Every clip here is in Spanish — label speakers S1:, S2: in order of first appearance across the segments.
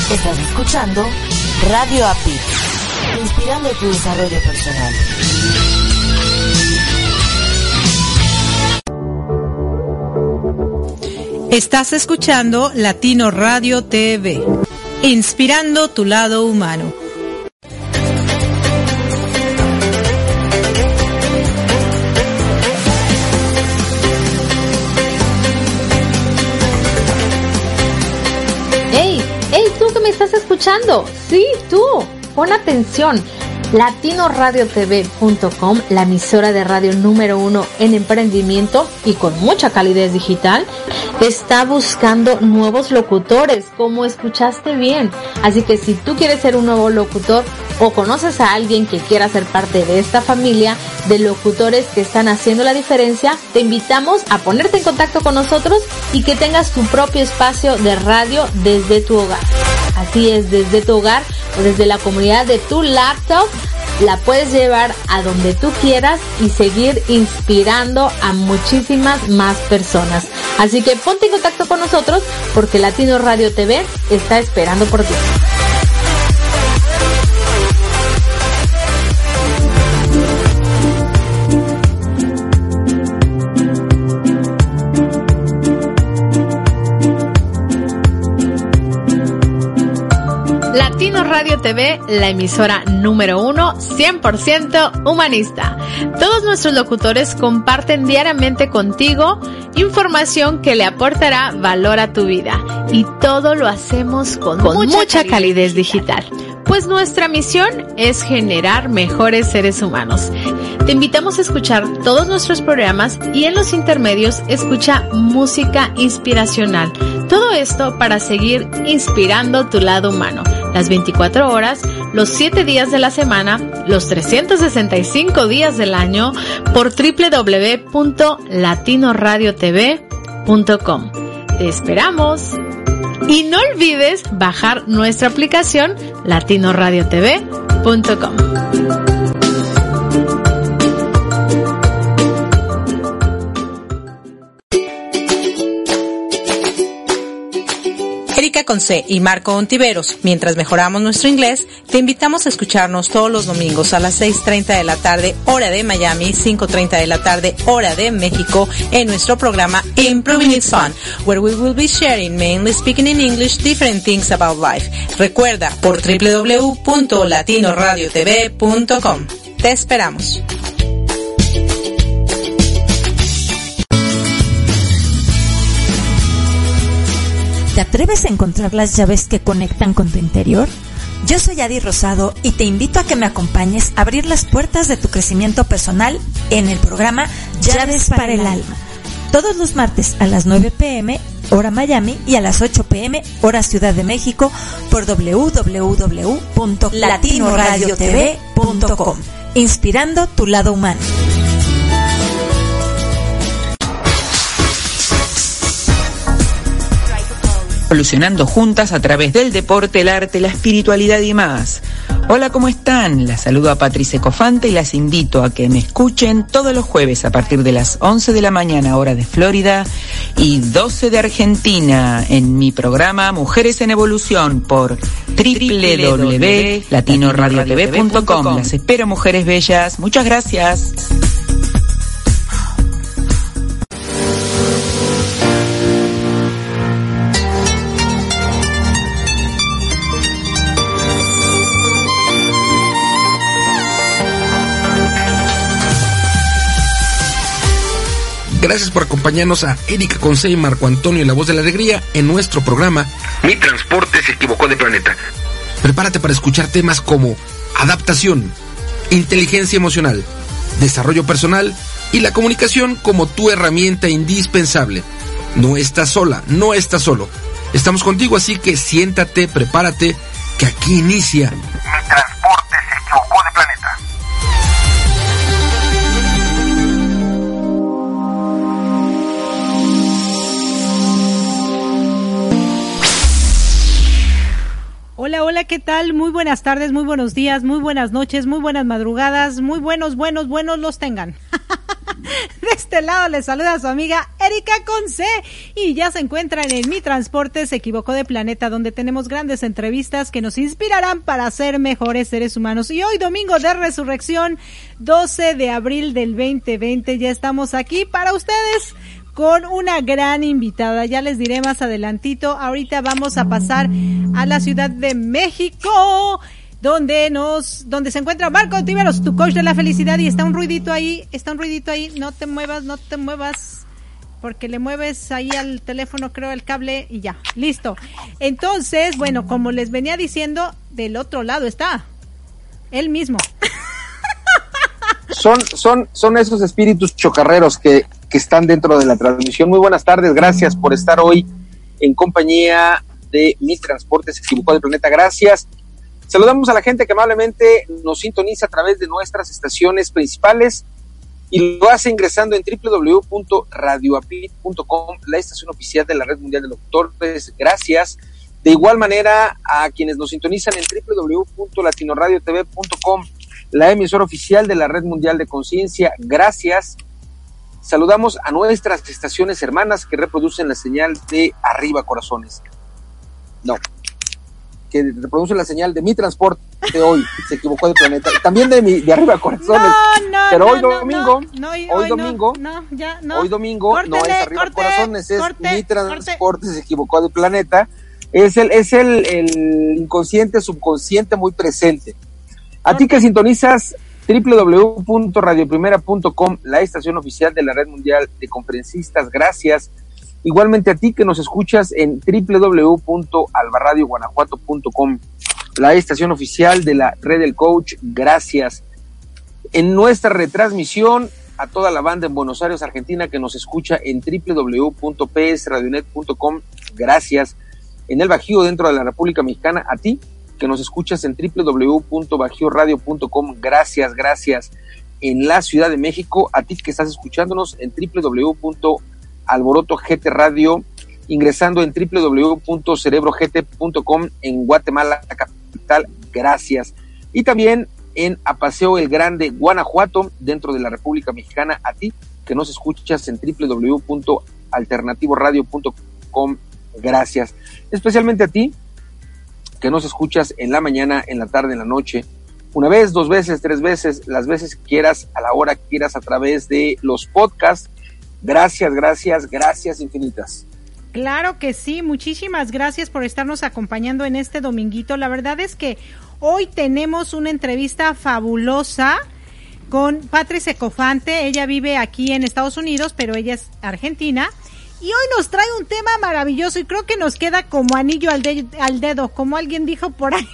S1: Estás escuchando Radio API, inspirando tu desarrollo personal.
S2: Estás escuchando Latino Radio TV, inspirando tu lado humano.
S3: ¿Tú que me estás escuchando? Sí, tú, pon atención. LatinoRadioTV.com, la emisora de radio número 1 en emprendimiento y con mucha calidez digital, está buscando nuevos locutores, como escuchaste bien. Así que si tú quieres ser un nuevo locutor o conoces a alguien que quiera ser parte de esta familia de locutores que están haciendo la diferencia, te invitamos a ponerte en contacto con nosotros y que tengas tu propio espacio de radio desde tu hogar. Así es, desde tu hogar o desde la comunidad de tu laptop, la puedes llevar a donde tú quieras y seguir inspirando a muchísimas más personas. Así que ponte en contacto con nosotros porque Latino Radio TV está esperando por ti. Latino Radio TV, la emisora número 1, 100% humanista. Todos nuestros locutores comparten diariamente contigo información que le aportará valor a tu vida. Y todo lo hacemos con mucha calidez digital. Pues nuestra misión es generar mejores seres humanos. Te invitamos a escuchar todos nuestros programas y en los intermedios escucha música inspiracional. Todo esto para seguir inspirando tu lado humano. Las 24 horas, los 7 días de la semana, los 365 días del año por www.latinoradiotv.com. Te esperamos. Y no olvides bajar nuestra aplicación latinoradiotv.com.
S2: Erika Conce y Marco Ontiveros. Mientras mejoramos nuestro inglés, te invitamos a escucharnos todos los domingos a las 6:30 de la tarde, hora de Miami, 5:30 de la tarde, hora de México, en nuestro programa Improving It's Fun, where we will be sharing, mainly speaking in English, different things about life. Recuerda, por www.latinoradiotv.com. Te esperamos.
S4: ¿Te atreves a encontrar las llaves que conectan con tu interior? Yo soy Adi Rosado y te invito a que me acompañes a abrir las puertas de tu crecimiento personal en el programa Llaves para el Alma. Todos los martes a las 9 p.m. hora Miami y a las 8 p.m. hora Ciudad de México por www.latinoradiotv.com. Inspirando tu lado humano.
S5: Evolucionando juntas a través del deporte, el arte, la espiritualidad y más. Hola, ¿cómo están? Las saludo a Patricia Cofante y las invito a que me escuchen todos los jueves a partir de las 11 de la mañana, hora de Florida, y 12 de Argentina, en mi programa Mujeres en Evolución por www.latinoradiotv.com. Las espero, mujeres bellas. Muchas gracias.
S6: Gracias por acompañarnos a Erika Conce y Marco Antonio, la voz de la alegría, en nuestro programa Mi transporte se equivocó de planeta. Prepárate para escuchar temas como adaptación, inteligencia emocional, desarrollo personal y la comunicación como tu herramienta indispensable. No estás sola, no estás solo. Estamos contigo, así que siéntate, prepárate, que aquí inicia Mi transporte se equivocó de planeta.
S2: Hola, hola, ¿qué tal? Muy buenas tardes, muy buenos días, muy buenas noches, muy buenas madrugadas, muy buenos los tengan.
S7: de este lado les saluda a su amiga Erika con C, y ya se encuentran en Mi Transporte Se Equivocó de Planeta, donde tenemos grandes entrevistas que nos inspirarán para ser mejores seres humanos. Y hoy, domingo de resurrección, 12 de abril del 2020, ya estamos aquí para ustedes con una gran invitada. Ya les diré más adelantito. Ahorita vamos a pasar a la Ciudad de México, donde se encuentra Marco Ontiveros, tu coach de la felicidad, y está un ruidito ahí, no te muevas, porque le mueves ahí al teléfono, creo, el cable, y ya, listo. Entonces, bueno, como les venía diciendo, del otro lado está él mismo.
S8: Son esos espíritus chocarreros que están dentro de la transmisión. Muy buenas tardes, gracias por estar hoy en compañía de Mi Transporte Se Equivocó de Planeta. Gracias. Saludamos a la gente que amablemente nos sintoniza a través de nuestras estaciones principales y lo hace ingresando en www.radioapit.com, la estación oficial de la Red Mundial de Locutores. Gracias. De igual manera a quienes nos sintonizan en www.latinoradiotv.com, la emisora oficial de la Red Mundial de Conciencia. Gracias. Saludamos a nuestras estaciones hermanas que reproducen la señal de Arriba Corazones. Que reproducen la señal de Mi Transporte de hoy, Se Equivocó de Planeta, también de Arriba Corazones. Hoy domingo no es Arriba Corazones, es Mi Transporte Se Equivocó de Planeta. Es el inconsciente, subconsciente muy presente. A ti que sintonizas www.radioprimera.com, la estación oficial de la Red Mundial de Conferencistas, gracias. Igualmente a ti que nos escuchas en www.albarradioguanajuato.com, la estación oficial de la Red del Coach, gracias. En nuestra retransmisión, a toda la banda en Buenos Aires, Argentina, que nos escucha en www.psradionet.com, gracias. En el Bajío, dentro de la República Mexicana, a ti que nos escuchas en www.bajioradio.com, gracias. En la Ciudad de México, a ti que estás escuchándonos en www.alboroto GT Radio, ingresando en www.cerebrogт.com, en Guatemala, la capital, gracias. Y también en Apaseo El Grande, Guanajuato, dentro de la República Mexicana, a ti que nos escuchas en www.alternativoradio.com, gracias. Especialmente a ti que nos escuchas en la mañana, en la tarde, en la noche, una vez, 2 veces, 3 veces, las veces que quieras, a la hora que quieras, a través de los podcasts. Gracias infinitas.
S7: Claro que sí, muchísimas gracias por estarnos acompañando en este dominguito. La verdad es que hoy tenemos una entrevista fabulosa con Patri Secofante. Ella vive aquí en Estados Unidos, pero ella es argentina. Y hoy nos trae un tema maravilloso y creo que nos queda como anillo al dedo, como alguien dijo por ahí.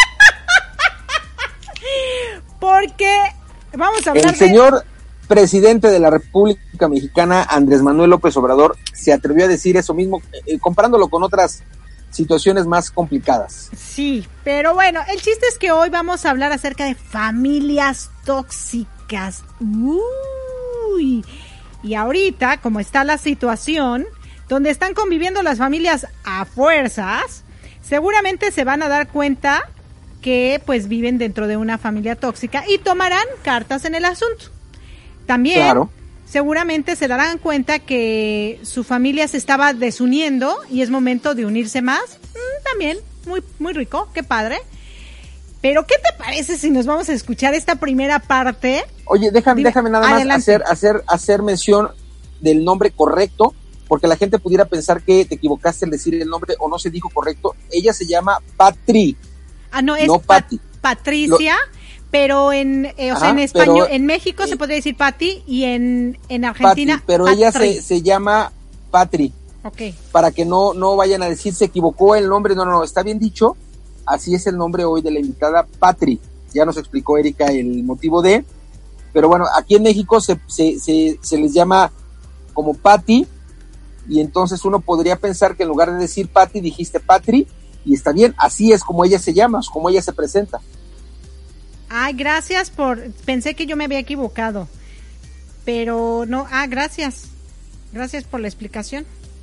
S7: Porque vamos a hablar
S8: el señor presidente de la República Mexicana, Andrés Manuel López Obrador, se atrevió a decir eso mismo, comparándolo con otras situaciones más complicadas.
S7: Sí, pero bueno, el chiste es que hoy vamos a hablar acerca de familias tóxicas. Uy. Y ahorita, como está la situación, donde están conviviendo las familias a fuerzas, seguramente se van a dar cuenta que pues viven dentro de una familia tóxica y tomarán cartas en el asunto. También, claro, seguramente se darán cuenta que su familia se estaba desuniendo y es momento de unirse más. También, muy rico, qué padre. Pero, ¿qué te parece si nos vamos a escuchar esta primera parte?
S8: Oye, déjame nada más hacer mención del nombre correcto, porque la gente pudiera pensar que te equivocaste al decir el nombre o no se dijo correcto. Ella se llama Patri.
S7: No Pati. Patricia, pero en español, en México se podría decir Pati y en Argentina
S8: Pati, pero Patri. Ella se llama Patri.
S7: Okay.
S8: Para que no vayan a decir se equivocó el nombre, no, está bien dicho. Así es el nombre hoy de la invitada, Patri. Ya nos explicó Erika el motivo de, pero bueno, aquí en México se les llama como Pati, y entonces uno podría pensar que en lugar de decir Pati, dijiste Patri, y está bien, así es como ella se llama, como ella se presenta.
S7: Ay, pensé que yo me había equivocado, pero no, gracias por la explicación.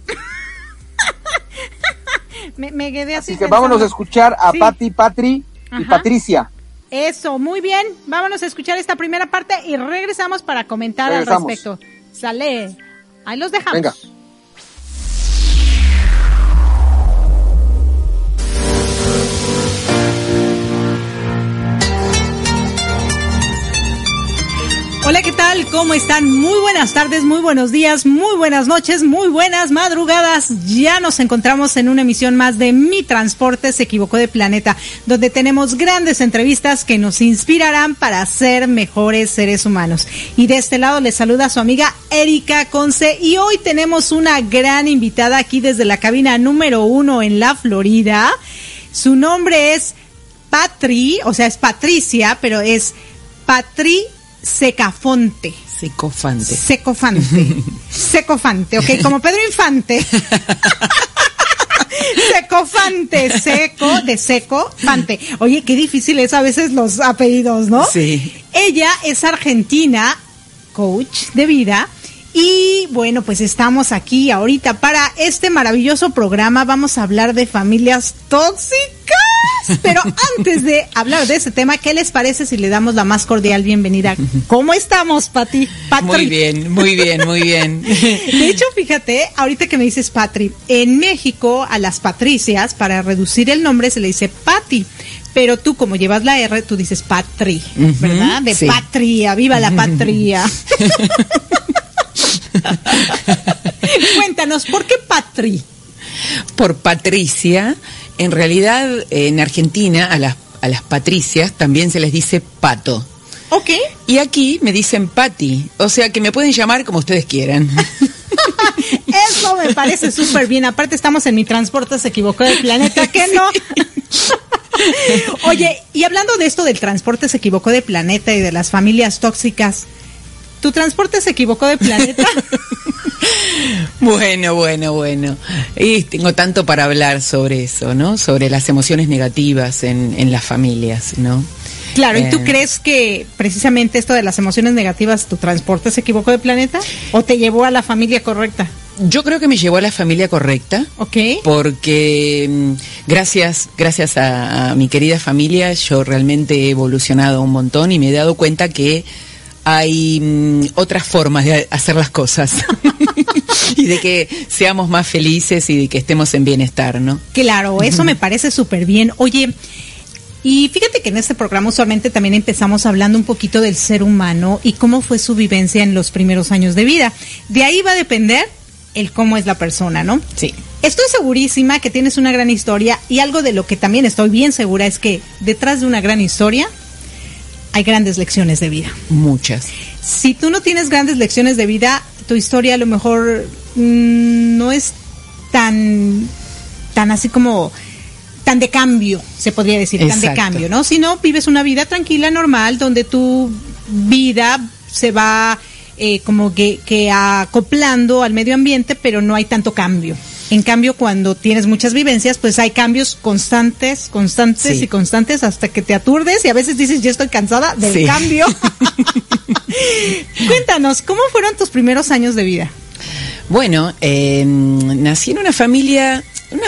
S7: me quedé así que
S8: vámonos a escuchar a sí. Patri y Patricia.
S7: Eso, muy bien, vámonos a escuchar esta primera parte y regresamos para comentar al respecto. Sale. Ahí los dejamos.
S8: Venga.
S7: Hola, ¿qué tal? ¿Cómo están? Muy buenas tardes, muy buenos días, muy buenas noches, muy buenas madrugadas. Ya nos encontramos en una emisión más de Mi Transporte se equivocó de planeta, donde tenemos grandes entrevistas que nos inspirarán para ser mejores seres humanos. Y de este lado les saluda su amiga Erika Conce, y hoy tenemos una gran invitada aquí desde la cabina número 1 en la Florida. Su nombre es Patri, o sea, es Patricia, pero es Secafante, ok, como Pedro Infante. Secofante, seco, de seco, fante. Oye, qué difícil es a veces los apellidos, ¿no?
S5: Sí.
S7: Ella es argentina, coach de vida. Y bueno, pues estamos aquí ahorita para este maravilloso programa. Vamos a hablar de familias tóxicas. Pero antes de hablar de ese tema, ¿qué les parece si le damos la más cordial bienvenida? ¿Cómo estamos, Patri?
S5: Muy bien, muy bien, muy bien.
S7: De hecho, fíjate, ahorita que me dices Patri, en México a las patricias, para reducir el nombre, se le dice Pati. Pero tú, como llevas la R, tú dices Patri, ¿verdad? De sí. Patria, viva la patria. Cuéntanos, ¿por qué Patri?
S5: Por Patricia. En realidad, en Argentina, a las patricias también se les dice pato.
S7: Ok.
S5: Y aquí me dicen Pati, o sea que me pueden llamar como ustedes quieran.
S7: Eso me parece súper bien. Aparte estamos en Mi Transporte se equivocó de planeta, ¿qué no? Oye, y hablando de esto del transporte se equivocó de planeta y de las familias tóxicas, ¿tu transporte se equivocó de planeta?
S5: Bueno. Y tengo tanto para hablar sobre eso, ¿no? Sobre las emociones negativas en las familias, ¿no?
S7: Claro, ¿y tú crees que precisamente esto de las emociones negativas, tu transporte se equivocó de planeta? ¿O te llevó a la familia correcta?
S5: Yo creo que me llevó a la familia correcta.
S7: Ok.
S5: Porque gracias a mi querida familia, yo realmente he evolucionado un montón y me he dado cuenta que hay otras formas de hacer las cosas y de que seamos más felices y de que estemos en bienestar, ¿no?
S7: Claro, eso me parece súper bien. Oye, y fíjate que en este programa usualmente también empezamos hablando un poquito del ser humano y cómo fue su vivencia en los primeros años de vida. De ahí va a depender el cómo es la persona, ¿no?
S5: Sí.
S7: Estoy segurísima que tienes una gran historia, y algo de lo que también estoy bien segura es que detrás de una gran historia hay grandes lecciones de vida.
S5: Muchas.
S7: Si tú no tienes grandes lecciones de vida, tu historia a lo mejor no es tan así como tan de cambio, se podría decir. Exacto. Tan de cambio, ¿no? Si no, vives una vida tranquila, normal, donde tu vida se va como que acoplando al medio ambiente, pero no hay tanto cambio. En cambio, cuando tienes muchas vivencias, pues hay cambios constantes sí. Y constantes hasta que te aturdes y a veces dices, yo estoy cansada del cambio. Cuéntanos, ¿cómo fueron tus primeros años de vida?
S5: Bueno, nací en una familia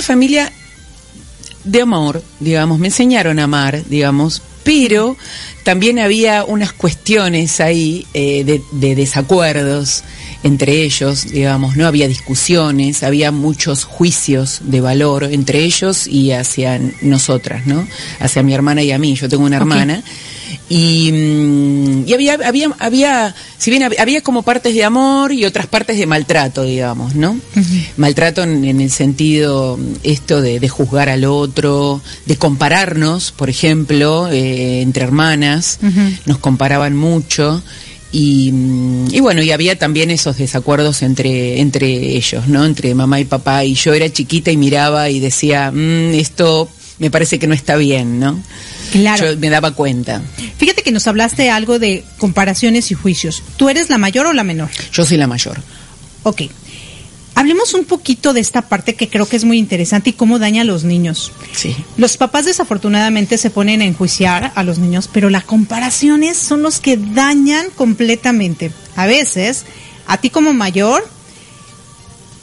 S5: de amor, digamos, me enseñaron a amar, digamos, pero también había unas cuestiones ahí de desacuerdos entre ellos, digamos, no había discusiones, había muchos juicios de valor entre ellos y hacia nosotras, ¿no? Hacia mi hermana y a mí. Yo tengo una hermana. Y había, si bien había como partes de amor y otras partes de maltrato, digamos, ¿no? Uh-huh. Maltrato en el sentido esto de juzgar al otro, de compararnos, por ejemplo, entre hermanas, uh-huh. Nos comparaban mucho. Y bueno, y había también esos desacuerdos entre ellos, ¿no? Entre mamá y papá, y yo era chiquita y miraba y decía, esto me parece que no está bien, ¿no?
S7: Claro.
S5: Yo me daba cuenta.
S7: Fíjate que nos hablaste algo de comparaciones y juicios. ¿Tú eres la mayor o la menor?
S5: Yo soy la mayor.
S7: Ok. Hablemos un poquito de esta parte que creo que es muy interesante y cómo daña a los niños.
S5: Sí.
S7: Los papás desafortunadamente se ponen a enjuiciar a los niños, pero las comparaciones son los que dañan completamente. A veces, a ti como mayor,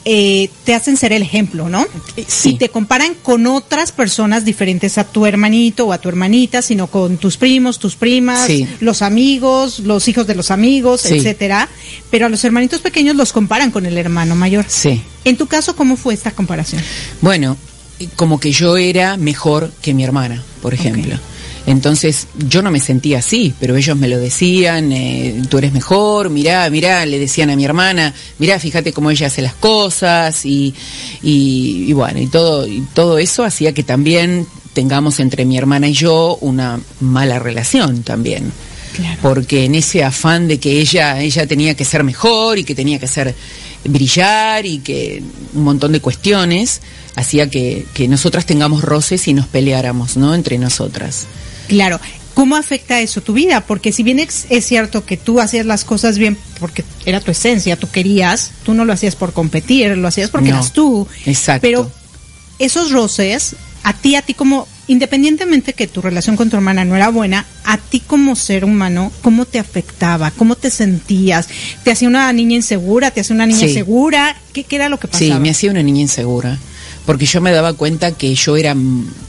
S7: te hacen ser el ejemplo, ¿no?
S5: Sí.
S7: Y te comparan con otras personas diferentes a tu hermanito o a tu hermanita, sino con tus primos, tus primas,
S5: Sí.
S7: los amigos, los hijos de los amigos,
S5: Sí.
S7: etcétera. Pero a los hermanitos pequeños los comparan con el hermano mayor.
S5: Sí.
S7: En tu caso, ¿cómo fue esta comparación?
S5: Bueno, como que yo era mejor que mi hermana, por ejemplo. Entonces yo no me sentía así, pero ellos me lo decían, tú eres mejor, mirá, le decían a mi hermana, mirá, fíjate cómo ella hace las cosas y bueno, y todo eso hacía que también tengamos entre mi hermana y yo una mala relación también.
S7: Claro.
S5: Porque en ese afán de que ella tenía que ser mejor y que tenía que ser brillar y que un montón de cuestiones hacía que nosotras tengamos roces y nos peleáramos, ¿no? Entre nosotras.
S7: Claro. ¿Cómo afecta eso tu vida? Porque si bien es cierto que tú hacías las cosas bien porque era tu esencia, tú querías, tú no lo hacías por competir, lo hacías porque
S5: No.
S7: eras tú.
S5: Exacto.
S7: Pero esos roces, a ti como, independientemente que tu relación con tu hermana no era buena, a ti como ser humano, ¿cómo te afectaba? ¿Cómo te sentías? ¿Te hacía una niña insegura? ¿Te hacía una niña
S5: Sí.
S7: segura? ¿Qué era lo que pasaba?
S5: Sí, me hacía una niña insegura, porque yo me daba cuenta que yo era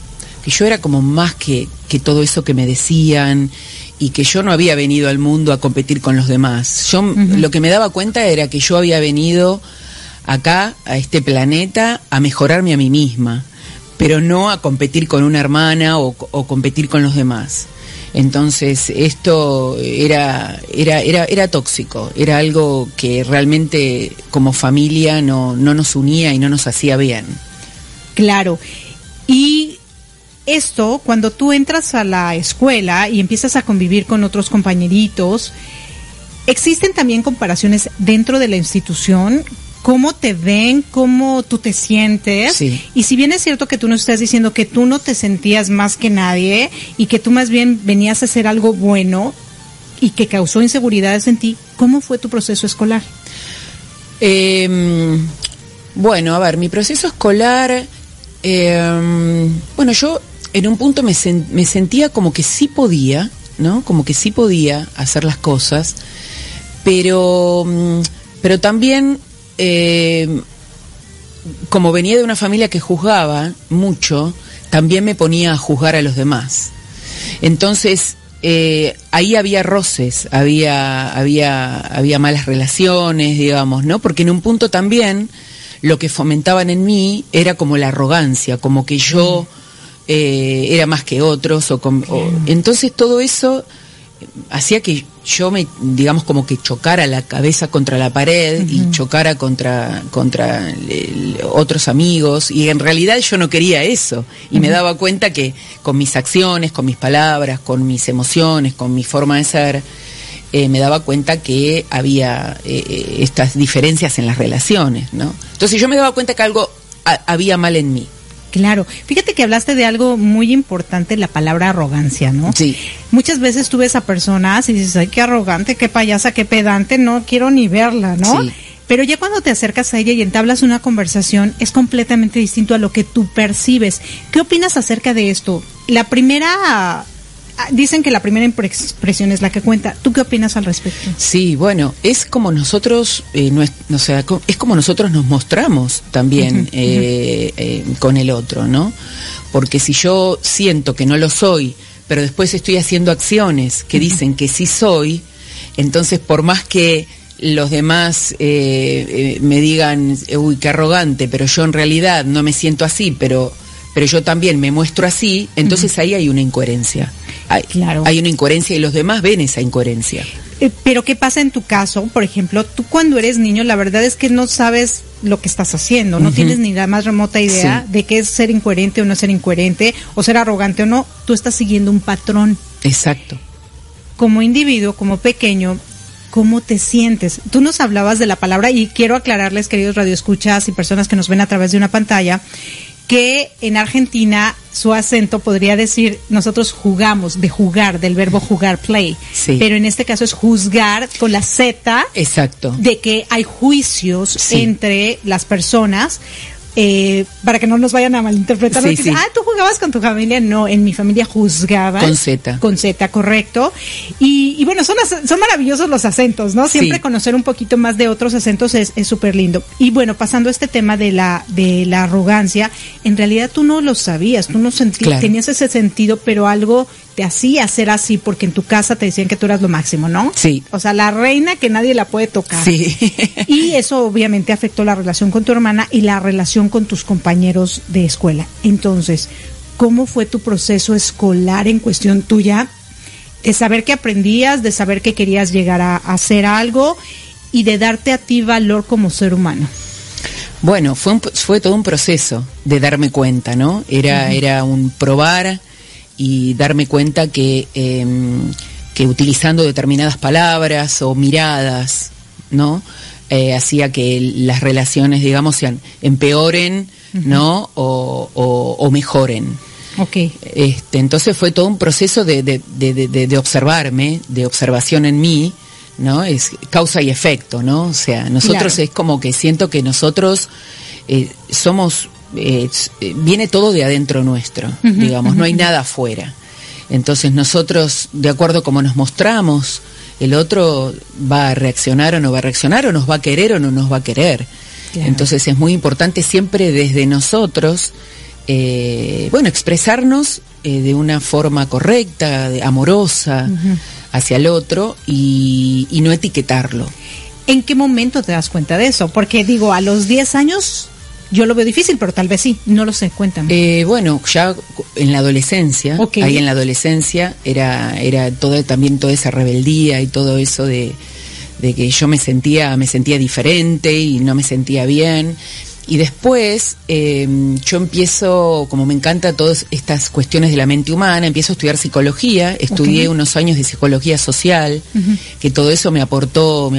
S5: como más que todo eso que me decían y que yo no había venido al mundo a competir con los demás. Yo lo que me daba cuenta era que yo había venido acá, a este planeta, a mejorarme a mí misma, pero no a competir con una hermana o competir con los demás. Entonces esto era tóxico, era algo que realmente como familia no nos unía y no nos hacía bien.
S7: Claro. Y esto, cuando tú entras a la escuela y empiezas a convivir con otros compañeritos, ¿existen también comparaciones dentro de la institución? ¿Cómo te ven? ¿Cómo tú te sientes?
S5: Sí.
S7: Y si bien es cierto que tú nos estás diciendo que tú no te sentías más que nadie y que tú más bien venías a hacer algo bueno y que causó inseguridades en ti, ¿cómo fue tu proceso escolar?
S5: Bueno, a ver, mi proceso escolar, bueno, yo en un punto me sentía como que sí podía, ¿no? Como que sí podía hacer las cosas, pero también, como venía de una familia que juzgaba mucho, también me ponía a juzgar a los demás. Entonces, ahí había roces, había malas relaciones, digamos, ¿no? Porque en un punto también lo que fomentaban en mí era como la arrogancia, como que yo era más que otros, entonces todo eso hacía que yo digamos como que chocara la cabeza contra la pared y chocara contra otros amigos, y en realidad yo no quería eso, y me daba cuenta que con mis acciones, con mis palabras, con mis emociones, con mi forma de ser, me daba cuenta que había estas diferencias en las relaciones, ¿no? Entonces yo me daba cuenta que algo había mal en mí.
S7: Claro, fíjate que hablaste de algo muy importante, la palabra arrogancia, ¿no?
S5: Sí.
S7: Muchas veces tú ves a personas y dices, ay, qué arrogante, qué payasa, qué pedante, no quiero ni verla, ¿no?
S5: Sí.
S7: Pero ya cuando te acercas a ella y entablas una conversación, es completamente distinto a lo que tú percibes. ¿Qué opinas acerca de esto? Dicen que la primera impresión es la que cuenta. ¿Tú qué opinas al respecto?
S5: Sí, bueno, es como nosotros, es como nosotros nos mostramos también con el otro, ¿no? Porque si yo siento que no lo soy, pero después estoy haciendo acciones que dicen que sí soy, entonces por más que los demás me digan, uy, qué arrogante, pero yo en realidad no me siento así, pero yo también me muestro así, entonces ahí hay una incoherencia.
S7: Claro.
S5: Hay una incoherencia y los demás ven esa incoherencia.
S7: Pero ¿qué pasa en tu caso? Por ejemplo, tú cuando eres niño, la verdad es que no sabes lo que estás haciendo, no tienes ni la más remota idea de qué es ser incoherente o no ser incoherente, o ser arrogante o no. Tú estás siguiendo un patrón.
S5: Exacto.
S7: Como individuo, como pequeño, ¿cómo te sientes? Tú nos hablabas de la palabra, y quiero aclararles, queridos radioescuchas y personas que nos ven a través de una pantalla, que en Argentina su acento podría decir, nosotros jugamos, de jugar, del verbo jugar, play.
S5: Sí.
S7: Pero en este caso es juzgar con la Z.
S5: Exacto.
S7: De que hay juicios entre las personas, para que no nos vayan a malinterpretar.
S5: Sí,
S7: Dicen,
S5: sí.
S7: tú jugabas con tu familia? No, en mi familia juzgabas.
S5: Con Z.
S7: Con Z, correcto. Y bueno, son maravillosos los acentos, ¿no? Siempre conocer un poquito más de otros acentos es súper lindo. Y bueno, pasando a este tema de la arrogancia, en realidad tú no lo sabías, tú no sentías, tenías ese sentido, pero algo te hacía ser así, porque en tu casa te decían que tú eras lo máximo, ¿no?
S5: Sí.
S7: O sea, la reina que nadie la puede tocar.
S5: Sí.
S7: Y eso obviamente afectó la relación con tu hermana y la relación con tus compañeros de escuela. Entonces, ¿cómo fue tu proceso escolar en cuestión tuya? De saber que aprendías, de saber que querías llegar a hacer algo y de darte a ti valor como ser humano.
S5: Bueno, fue todo un proceso de darme cuenta, ¿no? Era un probar y darme cuenta que utilizando determinadas palabras o miradas, ¿no? Hacía que las relaciones, digamos, empeoren, ¿no? O mejoren.
S7: Okay.
S5: Entonces fue todo un proceso de observarme, de observación en mí, ¿no? Es causa y efecto, ¿no? O sea, nosotros es como que siento que nosotros somos, viene todo de adentro nuestro, digamos, no hay nada afuera. Entonces nosotros, de acuerdo a cómo nos mostramos, el otro va a reaccionar o no va a reaccionar, o nos va a querer o no nos va a querer. Claro. Entonces es muy importante siempre desde nosotros, expresarnos de una forma correcta, amorosa, hacia el otro y no etiquetarlo.
S7: ¿En qué momento te das cuenta de eso? Porque digo, a los 10 años yo lo veo difícil, pero tal vez sí, no lo sé, cuéntame.
S5: Ya en la adolescencia, ahí en la adolescencia era también toda esa rebeldía y todo eso de que yo me sentía diferente y no me sentía bien. Y después yo empiezo, como me encanta todas estas cuestiones de la mente humana, empiezo a estudiar psicología, estudié unos años de psicología social, que todo eso me aportó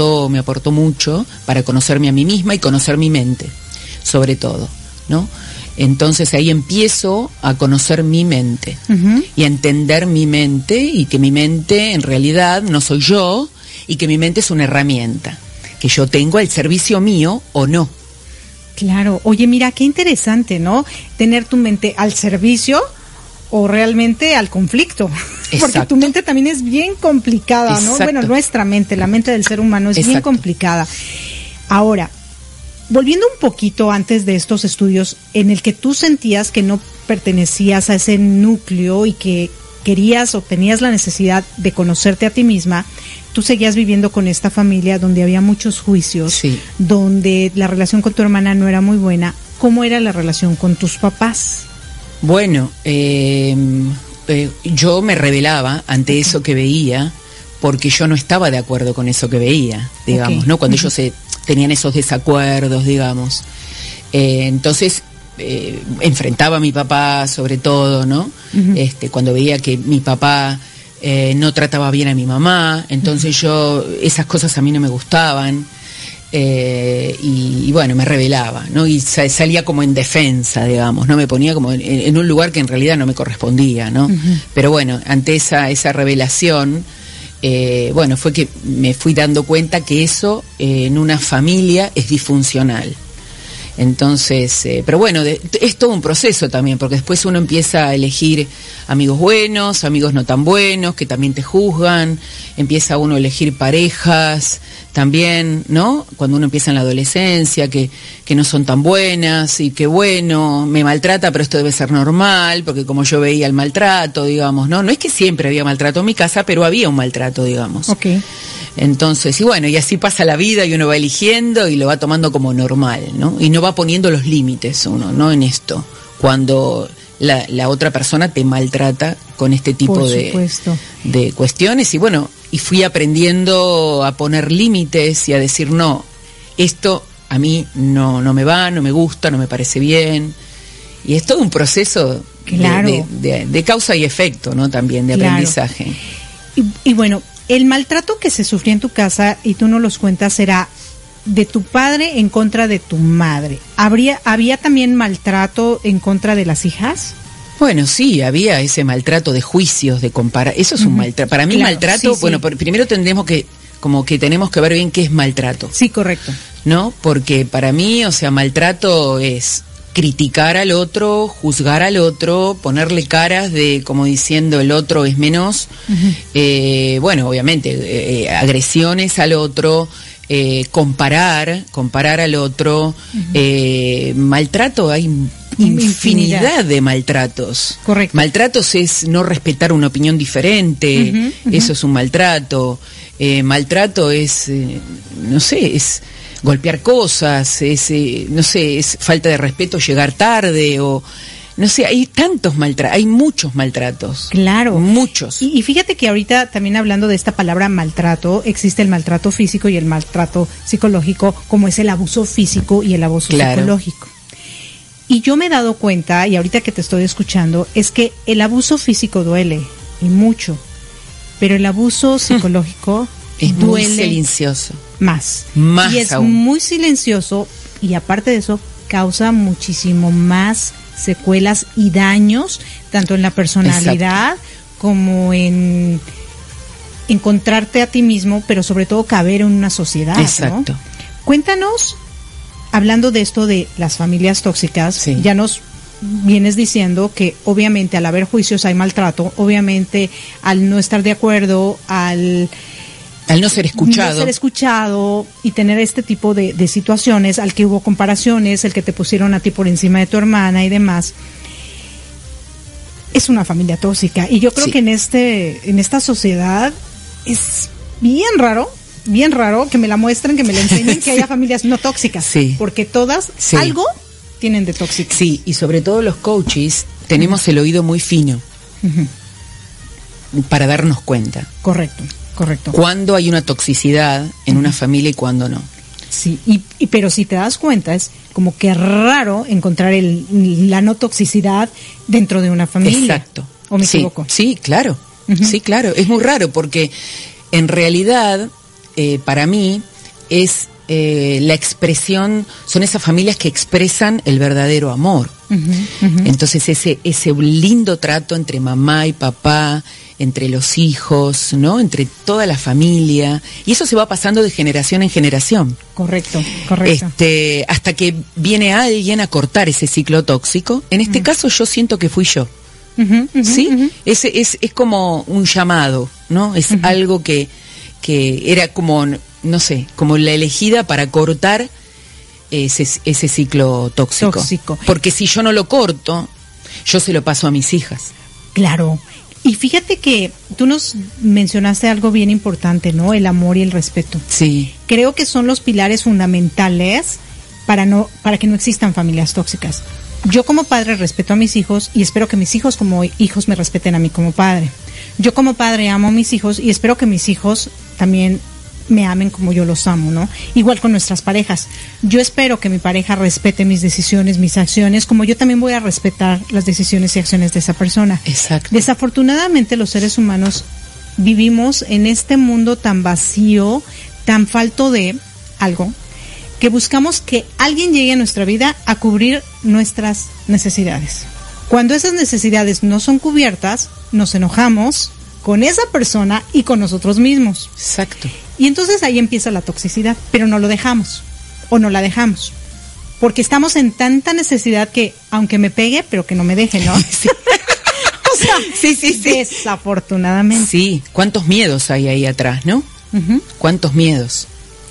S5: mucho para conocerme a mí misma y conocer mi mente, sobre todo, ¿no? Entonces ahí empiezo a conocer mi mente y a entender mi mente, y que mi mente en realidad no soy yo, y que mi mente es una herramienta que yo tengo al servicio mío o no.
S7: Claro, oye, mira, qué interesante, ¿no? Tener tu mente al servicio o realmente al conflicto. Exacto. Porque tu mente también es bien complicada, ¿no? Bueno, nuestra mente, la mente del ser humano es bien complicada. Ahora, volviendo un poquito antes de estos estudios en el que tú sentías que no pertenecías a ese núcleo y que querías o tenías la necesidad de conocerte a ti misma, tú seguías viviendo con esta familia donde había muchos juicios, donde la relación con tu hermana no era muy buena. ¿Cómo era la relación con tus papás?
S5: Bueno, yo me rebelaba ante eso que veía, porque yo no estaba de acuerdo con eso que veía, digamos, ¿no? Cuando ellos tenían esos desacuerdos, digamos. Entonces enfrentaba a mi papá, sobre todo, ¿no? Cuando veía que mi papá no trataba bien a mi mamá, entonces esas cosas a mí no me gustaban, y bueno, me rebelaba, ¿no? Y salía como en defensa, digamos, ¿no? Me ponía como en un lugar que en realidad no me correspondía, ¿no? Pero bueno, ante esa revelación, fue que me fui dando cuenta que eso en una familia es disfuncional. Entonces, pero bueno, es todo un proceso también, porque después uno empieza a elegir amigos buenos, amigos no tan buenos, que también te juzgan, empieza uno a elegir parejas también, ¿no? Cuando uno empieza en la adolescencia, que no son tan buenas, y que bueno, me maltrata, pero esto debe ser normal, porque como yo veía el maltrato, digamos, ¿no? No es que siempre había maltrato en mi casa, pero había un maltrato, digamos.
S7: Okay.
S5: Entonces, y bueno, y así pasa la vida y uno va eligiendo y lo va tomando como normal, ¿no? Y no va poniendo los límites uno, ¿no? En esto, cuando la otra persona te maltrata con este tipo de cuestiones. Y bueno, y fui aprendiendo a poner límites y a decir, no, esto a mí no me va, no me gusta, no me parece bien. Y es todo un proceso de causa y efecto, ¿no? También de aprendizaje.
S7: Y bueno, el maltrato que se sufría en tu casa, y tú no los cuentas, era de tu padre en contra de tu madre. ¿Había también maltrato en contra de las hijas?
S5: Bueno, sí, había ese maltrato de juicios, de comparar. Eso es un maltrato. Para mí maltrato, bueno, primero tenemos que ver bien qué es maltrato.
S7: Sí, correcto.
S5: ¿No? Porque para mí, o sea, maltrato es criticar al otro, juzgar al otro, ponerle caras de como diciendo el otro es menos, bueno, obviamente, agresiones al otro, comparar al otro, maltrato, hay infinidad de maltratos.
S7: Correcto.
S5: Maltratos es no respetar una opinión diferente, eso es un maltrato. Maltrato es, no sé, es golpear cosas, es, no sé, es falta de respeto llegar tarde o... No sé, hay tantos maltratos, hay muchos maltratos.
S7: Claro.
S5: Muchos.
S7: Y fíjate que ahorita también hablando de esta palabra maltrato, existe el maltrato físico y el maltrato psicológico, como es el abuso físico y el abuso psicológico. Y yo me he dado cuenta, y ahorita que te estoy escuchando, es que el abuso físico duele, y mucho, pero el abuso psicológico
S5: es
S7: duele
S5: muy silencioso.
S7: Más y es
S5: aún.
S7: Muy silencioso, y aparte de eso, causa muchísimo más secuelas y daños, tanto en la personalidad como en encontrarte a ti mismo, pero sobre todo caber en una sociedad.
S5: Exacto.
S7: ¿No? Cuéntanos, hablando de esto de las familias tóxicas,
S5: sí.
S7: Ya nos vienes diciendo que obviamente al haber juicios hay maltrato, obviamente al no estar de acuerdo, al
S5: no ser escuchado.
S7: No ser escuchado y tener este tipo de situaciones, al que hubo comparaciones, el que te pusieron a ti por encima de tu hermana y demás. Es una familia tóxica. Y yo creo que en esta sociedad es bien raro que me la muestren, que me la enseñen, que haya familias no tóxicas.
S5: Sí.
S7: Porque todas algo tienen de tóxicas.
S5: Sí, y sobre todo los coaches tenemos el oído muy fino para darnos cuenta.
S7: Correcto.
S5: Cuándo hay una toxicidad en una familia y cuándo no.
S7: Sí, pero si te das cuenta, es como que raro encontrar la no toxicidad dentro de una familia.
S5: Exacto.
S7: ¿O me equivoco?
S5: Sí, claro. Sí, claro. Es muy raro porque en realidad, para mí, es la expresión, son esas familias que expresan el verdadero amor. Entonces ese lindo trato entre mamá y papá, entre los hijos, ¿no? Entre toda la familia, y eso se va pasando de generación en generación.
S7: Correcto.
S5: Hasta que viene alguien a cortar ese ciclo tóxico. En este caso yo siento que fui yo. ¿Sí? Es como un llamado, ¿no? Es algo que era como, no sé, como la elegida para cortar ese ciclo tóxico. Porque si yo no lo corto, yo se lo paso a mis hijas.
S7: Claro. Y fíjate que tú nos mencionaste algo bien importante, ¿no? El amor y el respeto.
S5: Sí.
S7: Creo que son los pilares fundamentales para que no existan familias tóxicas. Yo como padre respeto a mis hijos y espero que mis hijos como hijos me respeten a mí como padre. Yo como padre amo a mis hijos y espero que mis hijos también me amen como yo los amo, ¿no? Igual con nuestras parejas. Yo espero que mi pareja respete mis decisiones, mis acciones, como yo también voy a respetar las decisiones y acciones de esa persona.
S5: Exacto.
S7: Desafortunadamente los seres humanos vivimos en este mundo tan vacío, tan falto de algo, que buscamos que alguien llegue a nuestra vida a cubrir nuestras necesidades. Cuando esas necesidades no son cubiertas, nos enojamos con esa persona y con nosotros mismos.
S5: Exacto.
S7: Y entonces ahí empieza la toxicidad, pero no lo dejamos, o no la dejamos, porque estamos en tanta necesidad que, aunque me pegue, pero que no me deje, ¿no?
S5: Sí.
S7: O sea, sí. Desafortunadamente.
S5: Sí, cuántos miedos hay ahí atrás, ¿no? Cuántos miedos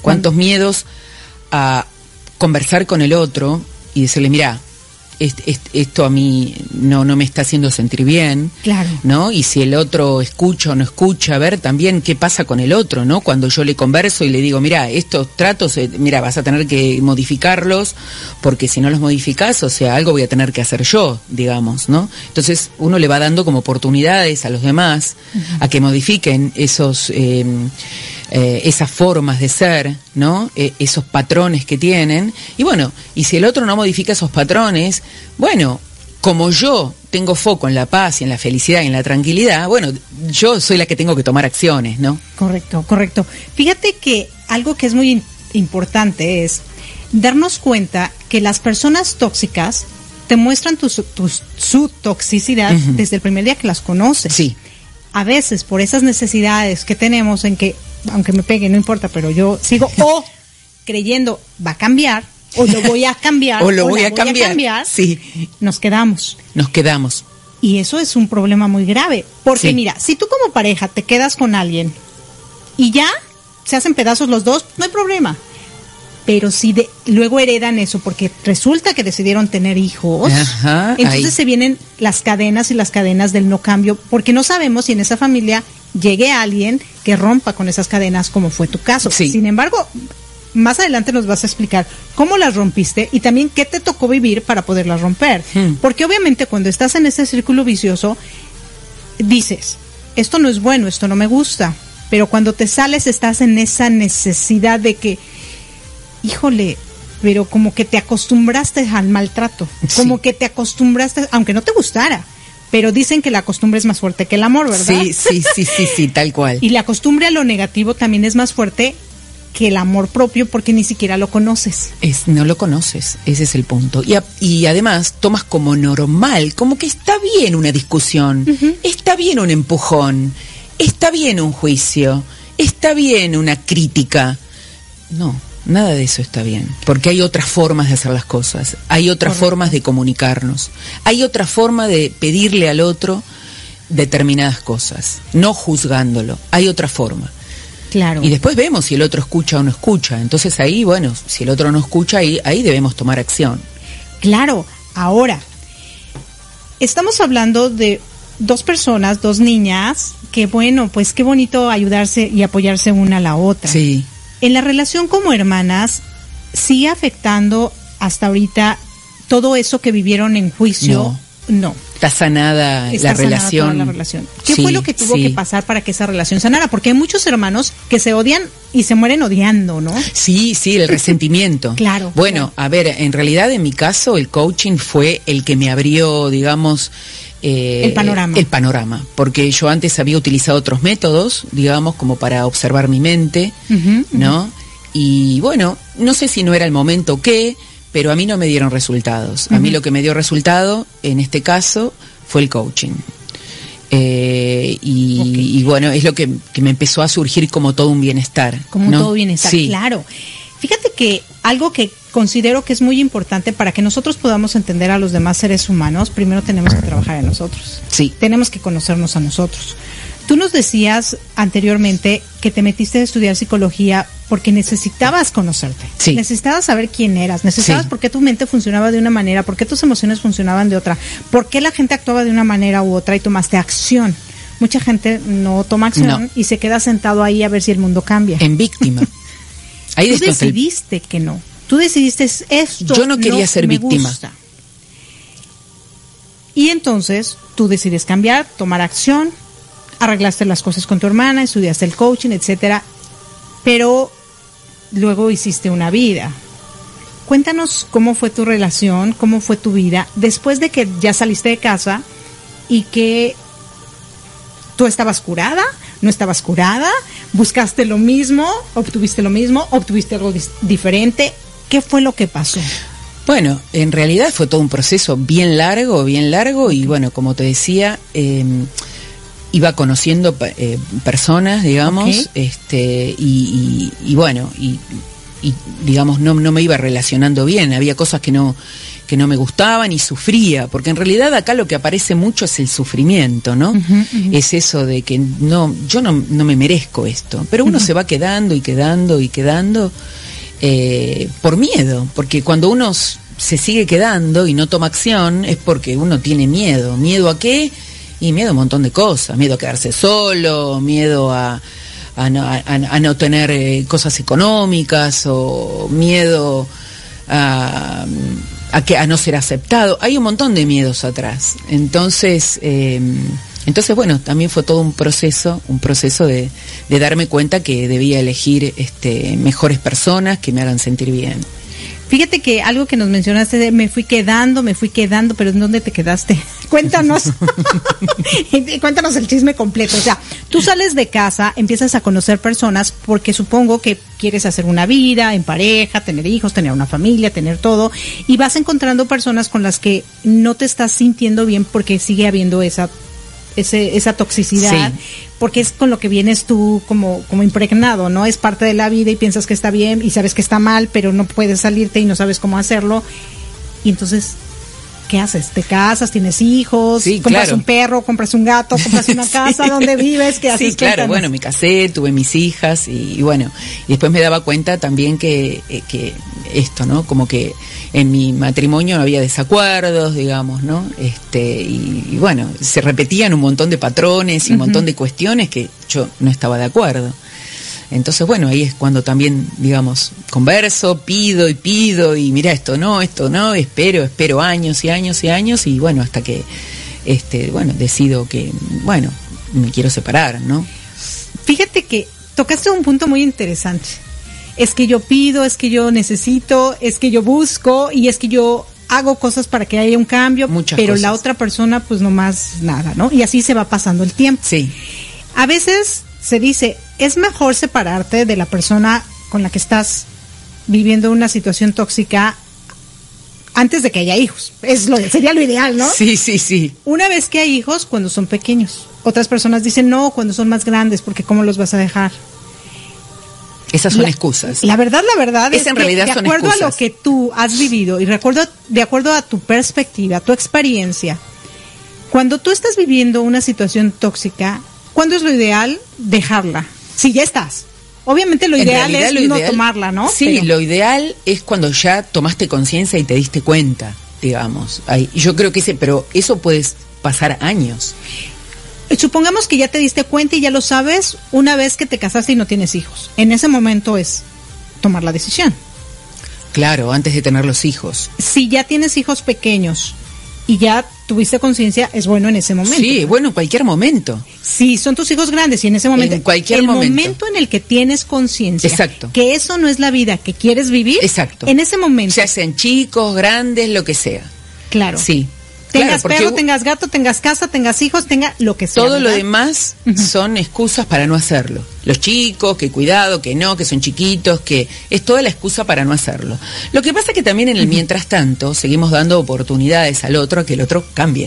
S5: a conversar con el otro y decirle, mira, esto a mí no me está haciendo sentir bien,
S7: claro,
S5: ¿no? Y si el otro escucha o no escucha, a ver también qué pasa con el otro, ¿no? Cuando yo le converso y le digo, mira, estos tratos, mira, vas a tener que modificarlos, porque si no los modificas, o sea, algo voy a tener que hacer yo, digamos, ¿no? Entonces uno le va dando como oportunidades a los demás a que modifiquen esas formas de ser, ¿no? Esos patrones que tienen. Y bueno, y si el otro no modifica esos patrones, bueno, como yo tengo foco en la paz y en la felicidad y en la tranquilidad, bueno, yo soy la que tengo que tomar acciones, ¿no?
S7: Correcto. Fíjate que algo que es muy importante es darnos cuenta que las personas tóxicas te muestran su toxicidad desde el primer día que las conoces.
S5: Sí.
S7: A veces por esas necesidades que tenemos en que, aunque me pegue, no importa, pero yo sigo creyendo va a cambiar. o lo voy a cambiar,
S5: o lo voy a cambiar, sí.
S7: Nos quedamos. Y eso es un problema muy grave, porque mira, si tú como pareja te quedas con alguien y ya se hacen pedazos los dos, no hay problema. Pero si luego heredan eso, porque resulta que decidieron tener hijos, entonces se vienen las cadenas y las cadenas del no cambio, porque no sabemos si en esa familia llegue alguien que rompa con esas cadenas, como fue tu caso.
S5: Sí.
S7: Sin embargo, más adelante nos vas a explicar cómo las rompiste y también qué te tocó vivir para poderlas romper. Porque obviamente cuando estás en ese círculo vicioso, dices, esto no es bueno, esto no me gusta. Pero cuando te sales estás en esa necesidad de que, híjole, pero como que te acostumbraste al maltrato, como que te acostumbraste, aunque no te gustara, pero dicen que la costumbre es más fuerte que el amor, ¿verdad?
S5: Sí, tal cual.
S7: Y la costumbre a lo negativo también es más fuerte que el amor propio, porque ni siquiera lo conoces.
S5: No lo conoces, ese es el punto. Y además tomas como normal, como que está bien una discusión, está bien un empujón, está bien un juicio, está bien una crítica. No, nada de eso está bien, porque hay otras formas de hacer las cosas, hay otras formas de comunicarnos, hay otra forma de pedirle al otro determinadas cosas, no juzgándolo, hay otra forma.
S7: Claro.
S5: Y después vemos si el otro escucha o no escucha. Entonces ahí, bueno, si el otro no escucha, ahí debemos tomar acción.
S7: Claro. Ahora, estamos hablando de dos personas, dos niñas, que bueno, pues qué bonito ayudarse y apoyarse una a la otra.
S5: Sí.
S7: En la relación como hermanas, ¿sigue afectando hasta ahorita todo eso que vivieron en juicio? No.
S5: Está sanada la relación.
S7: Toda la relación. ¿Qué fue lo que tuvo que pasar para que esa relación sanara? Porque hay muchos hermanos que se odian y se mueren odiando, ¿no?
S5: Sí, el resentimiento.
S7: Claro.
S5: Bueno, a ver, en realidad en mi caso el coaching fue el que me abrió, digamos,
S7: el panorama,
S5: porque yo antes había utilizado otros métodos, digamos, como para observar mi mente, ¿no? Y bueno, no sé si no era el momento pero a mí no me dieron resultados. A mí lo que me dio resultado, en este caso, fue el coaching. Y bueno, es lo que me empezó a surgir como todo un bienestar.
S7: Como
S5: ¿no?
S7: todo bienestar,
S5: sí.
S7: Claro. Fíjate que algo que considero que es muy importante para que nosotros podamos entender a los demás seres humanos, primero tenemos que trabajar en nosotros.
S5: Sí.
S7: Tenemos que conocernos a nosotros. Tú nos decías anteriormente que te metiste a estudiar psicología porque necesitabas conocerte.
S5: Sí.
S7: Necesitabas saber quién eras, necesitabas por qué tu mente funcionaba de una manera, por qué tus emociones funcionaban de otra, por qué la gente actuaba de una manera u otra y tomaste acción. Mucha gente no toma acción y se queda sentado ahí a ver si el mundo cambia.
S5: En víctima.
S7: Ahí tú decidiste que no. Tú decidiste esto.
S5: Yo no quería ser víctima.
S7: Gusta. Y entonces tú decides cambiar, tomar acción, arreglaste las cosas con tu hermana, estudiaste el coaching, etcétera, pero luego hiciste una vida. Cuéntanos cómo fue tu relación, cómo fue tu vida después de que ya saliste de casa y que tú estabas curada, no estabas curada, buscaste lo mismo, obtuviste algo diferente. ¿Qué fue lo que pasó?
S5: Bueno, en realidad fue todo un proceso bien largo y bueno, como te decía, iba conociendo personas, digamos, y bueno, y digamos no me iba relacionando bien, había cosas que no me gustaban y sufría, porque en realidad acá lo que aparece mucho es el sufrimiento, ¿no? Es eso de que yo no me merezco esto, pero uno se va quedando por miedo, porque cuando uno se sigue quedando y no toma acción es porque uno tiene miedo. ¿Miedo a qué? Y miedo a un montón de cosas, miedo a quedarse solo, miedo a no tener cosas económicas, o miedo a no ser aceptado. Hay un montón de miedos atrás. Entonces bueno, también fue todo un proceso de darme cuenta que debía elegir mejores personas que me hagan sentir bien.
S7: Fíjate que algo que nos mencionaste, me fui quedando, pero ¿en dónde te quedaste? Cuéntanos. Cuéntanos el chisme completo. O sea, tú sales de casa, empiezas a conocer personas porque supongo que quieres hacer una vida en pareja, tener hijos, tener una familia, tener todo, y vas encontrando personas con las que no te estás sintiendo bien porque sigue habiendo esa esa toxicidad, sí, porque es con lo que vienes tú como impregnado, ¿no? Es parte de la vida y piensas que está bien y sabes que está mal, pero no puedes salirte y no sabes cómo hacerlo. Y entonces, ¿qué haces? ¿Te casas? ¿Tienes hijos?
S5: Sí,
S7: ¿compras
S5: claro.
S7: Un perro? ¿Compras un gato? ¿Compras una casa?
S5: Sí.
S7: ¿Dónde vives? ¿Qué haces?
S5: Sí, claro,
S7: Cuéntanos.
S5: bueno, me casé, tuve mis hijas y bueno, y después me daba cuenta también que esto, ¿no? Como que en mi matrimonio había desacuerdos, digamos, ¿no? Y bueno, se repetían un montón de patrones y un montón de cuestiones que yo no estaba de acuerdo. Entonces, bueno, ahí es cuando también, digamos, converso, pido y mira, esto no, espero años y años y años y bueno, hasta que, bueno, decido que, bueno, me quiero separar, ¿no?
S7: Fíjate que tocaste un punto muy interesante. Es que yo pido, es que yo necesito, es que yo busco y es que yo hago cosas para que haya un cambio, pero la otra persona pues nomás nada, ¿no? Y así se va pasando el tiempo.
S5: Sí.
S7: A veces se dice, es mejor separarte de la persona con la que estás viviendo una situación tóxica antes de que haya hijos. Sería lo ideal, ¿no?
S5: Sí, sí, sí.
S7: Una vez que hay hijos, cuando son pequeños. Otras personas dicen, no, cuando son más grandes, porque ¿cómo los vas a dejar?
S5: Esas son excusas.
S7: La verdad es
S5: en
S7: que
S5: realidad
S7: de
S5: son
S7: acuerdo
S5: excusas.
S7: a lo que tú has vivido y de acuerdo a tu perspectiva, tu experiencia, cuando tú estás viviendo una situación tóxica, ¿cuándo es lo ideal dejarla? Si ya estás. Obviamente lo ideal es no tomarla, ¿no?
S5: Sí, pero lo ideal es cuando ya tomaste conciencia y te diste cuenta, digamos. Yo creo que pero eso puedes pasar años.
S7: Supongamos que ya te diste cuenta y ya lo sabes una vez que te casaste y no tienes hijos. En ese momento es tomar la decisión.
S5: Claro, antes de tener los hijos.
S7: Si ya tienes hijos pequeños y ya tuviste conciencia, es bueno en ese momento.
S5: Sí, bueno, en cualquier momento.
S7: Si son tus hijos grandes y en ese momento.
S5: En cualquier momento.
S7: El momento en el que tienes conciencia.
S5: Exacto.
S7: Que eso no es la vida que quieres vivir.
S5: Exacto.
S7: En ese momento.
S5: Se hacen chicos, grandes, lo que sea.
S7: Claro.
S5: Sí.
S7: Tengas
S5: claro,
S7: perro, tengas gato, tengas casa, tengas hijos, tenga lo que sea.
S5: Todo
S7: ¿verdad?
S5: lo demás son excusas para no hacerlo. Los chicos, que cuidado, que no, que son chiquitos, que es toda la excusa para no hacerlo. Lo que pasa es que también en el mientras tanto seguimos dando oportunidades al otro a que el otro cambie.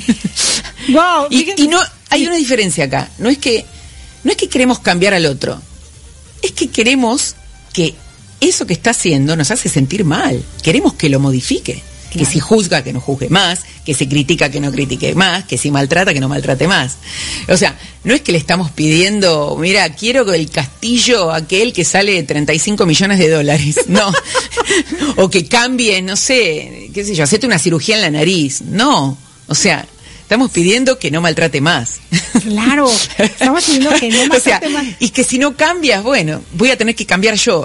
S7: Wow,
S5: y no hay una diferencia acá. No es que queremos cambiar al otro. Es que queremos que eso que está haciendo nos hace sentir mal. Queremos que lo modifique. Claro. Que si juzga, que no juzgue más, que si critica, que no critique más, que si maltrata, que no maltrate más. O sea, no es que le estamos pidiendo, mira, quiero el castillo aquel que sale $35 millones, no. O que cambie, no sé, qué sé yo, hacete una cirugía en la nariz. No, o sea, estamos pidiendo que no maltrate más.
S7: Claro, estamos pidiendo que no maltrate más.
S5: Y que si no cambias, bueno, voy a tener que cambiar yo.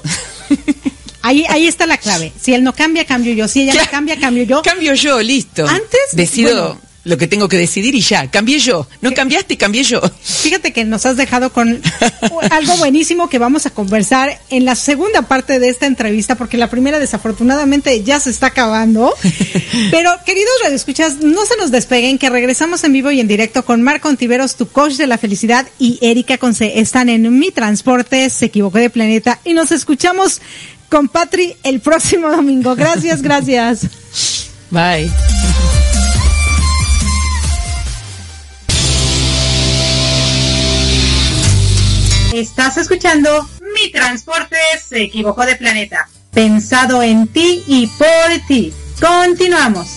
S7: Ahí está la clave. Si él no cambia, cambio yo. Si ella no cambia, cambio yo.
S5: Cambio yo, listo.
S7: Antes
S5: decido lo que tengo que decidir y ya. Cambié yo. No cambiaste, cambié yo.
S7: Fíjate que nos has dejado con algo buenísimo que vamos a conversar en la segunda parte de esta entrevista, porque la primera desafortunadamente ya se está acabando. Pero, queridos radioescuchas, no se nos despeguen, que regresamos en vivo y en directo con Marco Ontiveros, tu coach de la felicidad, y Erika Conce. Están en Mi Transporte, se equivocó de planeta, y nos escuchamos con Patri el próximo domingo. Gracias.
S5: Bye.
S7: Estás escuchando Mi Transporte se equivocó de planeta. Pensado en ti y por ti. Continuamos.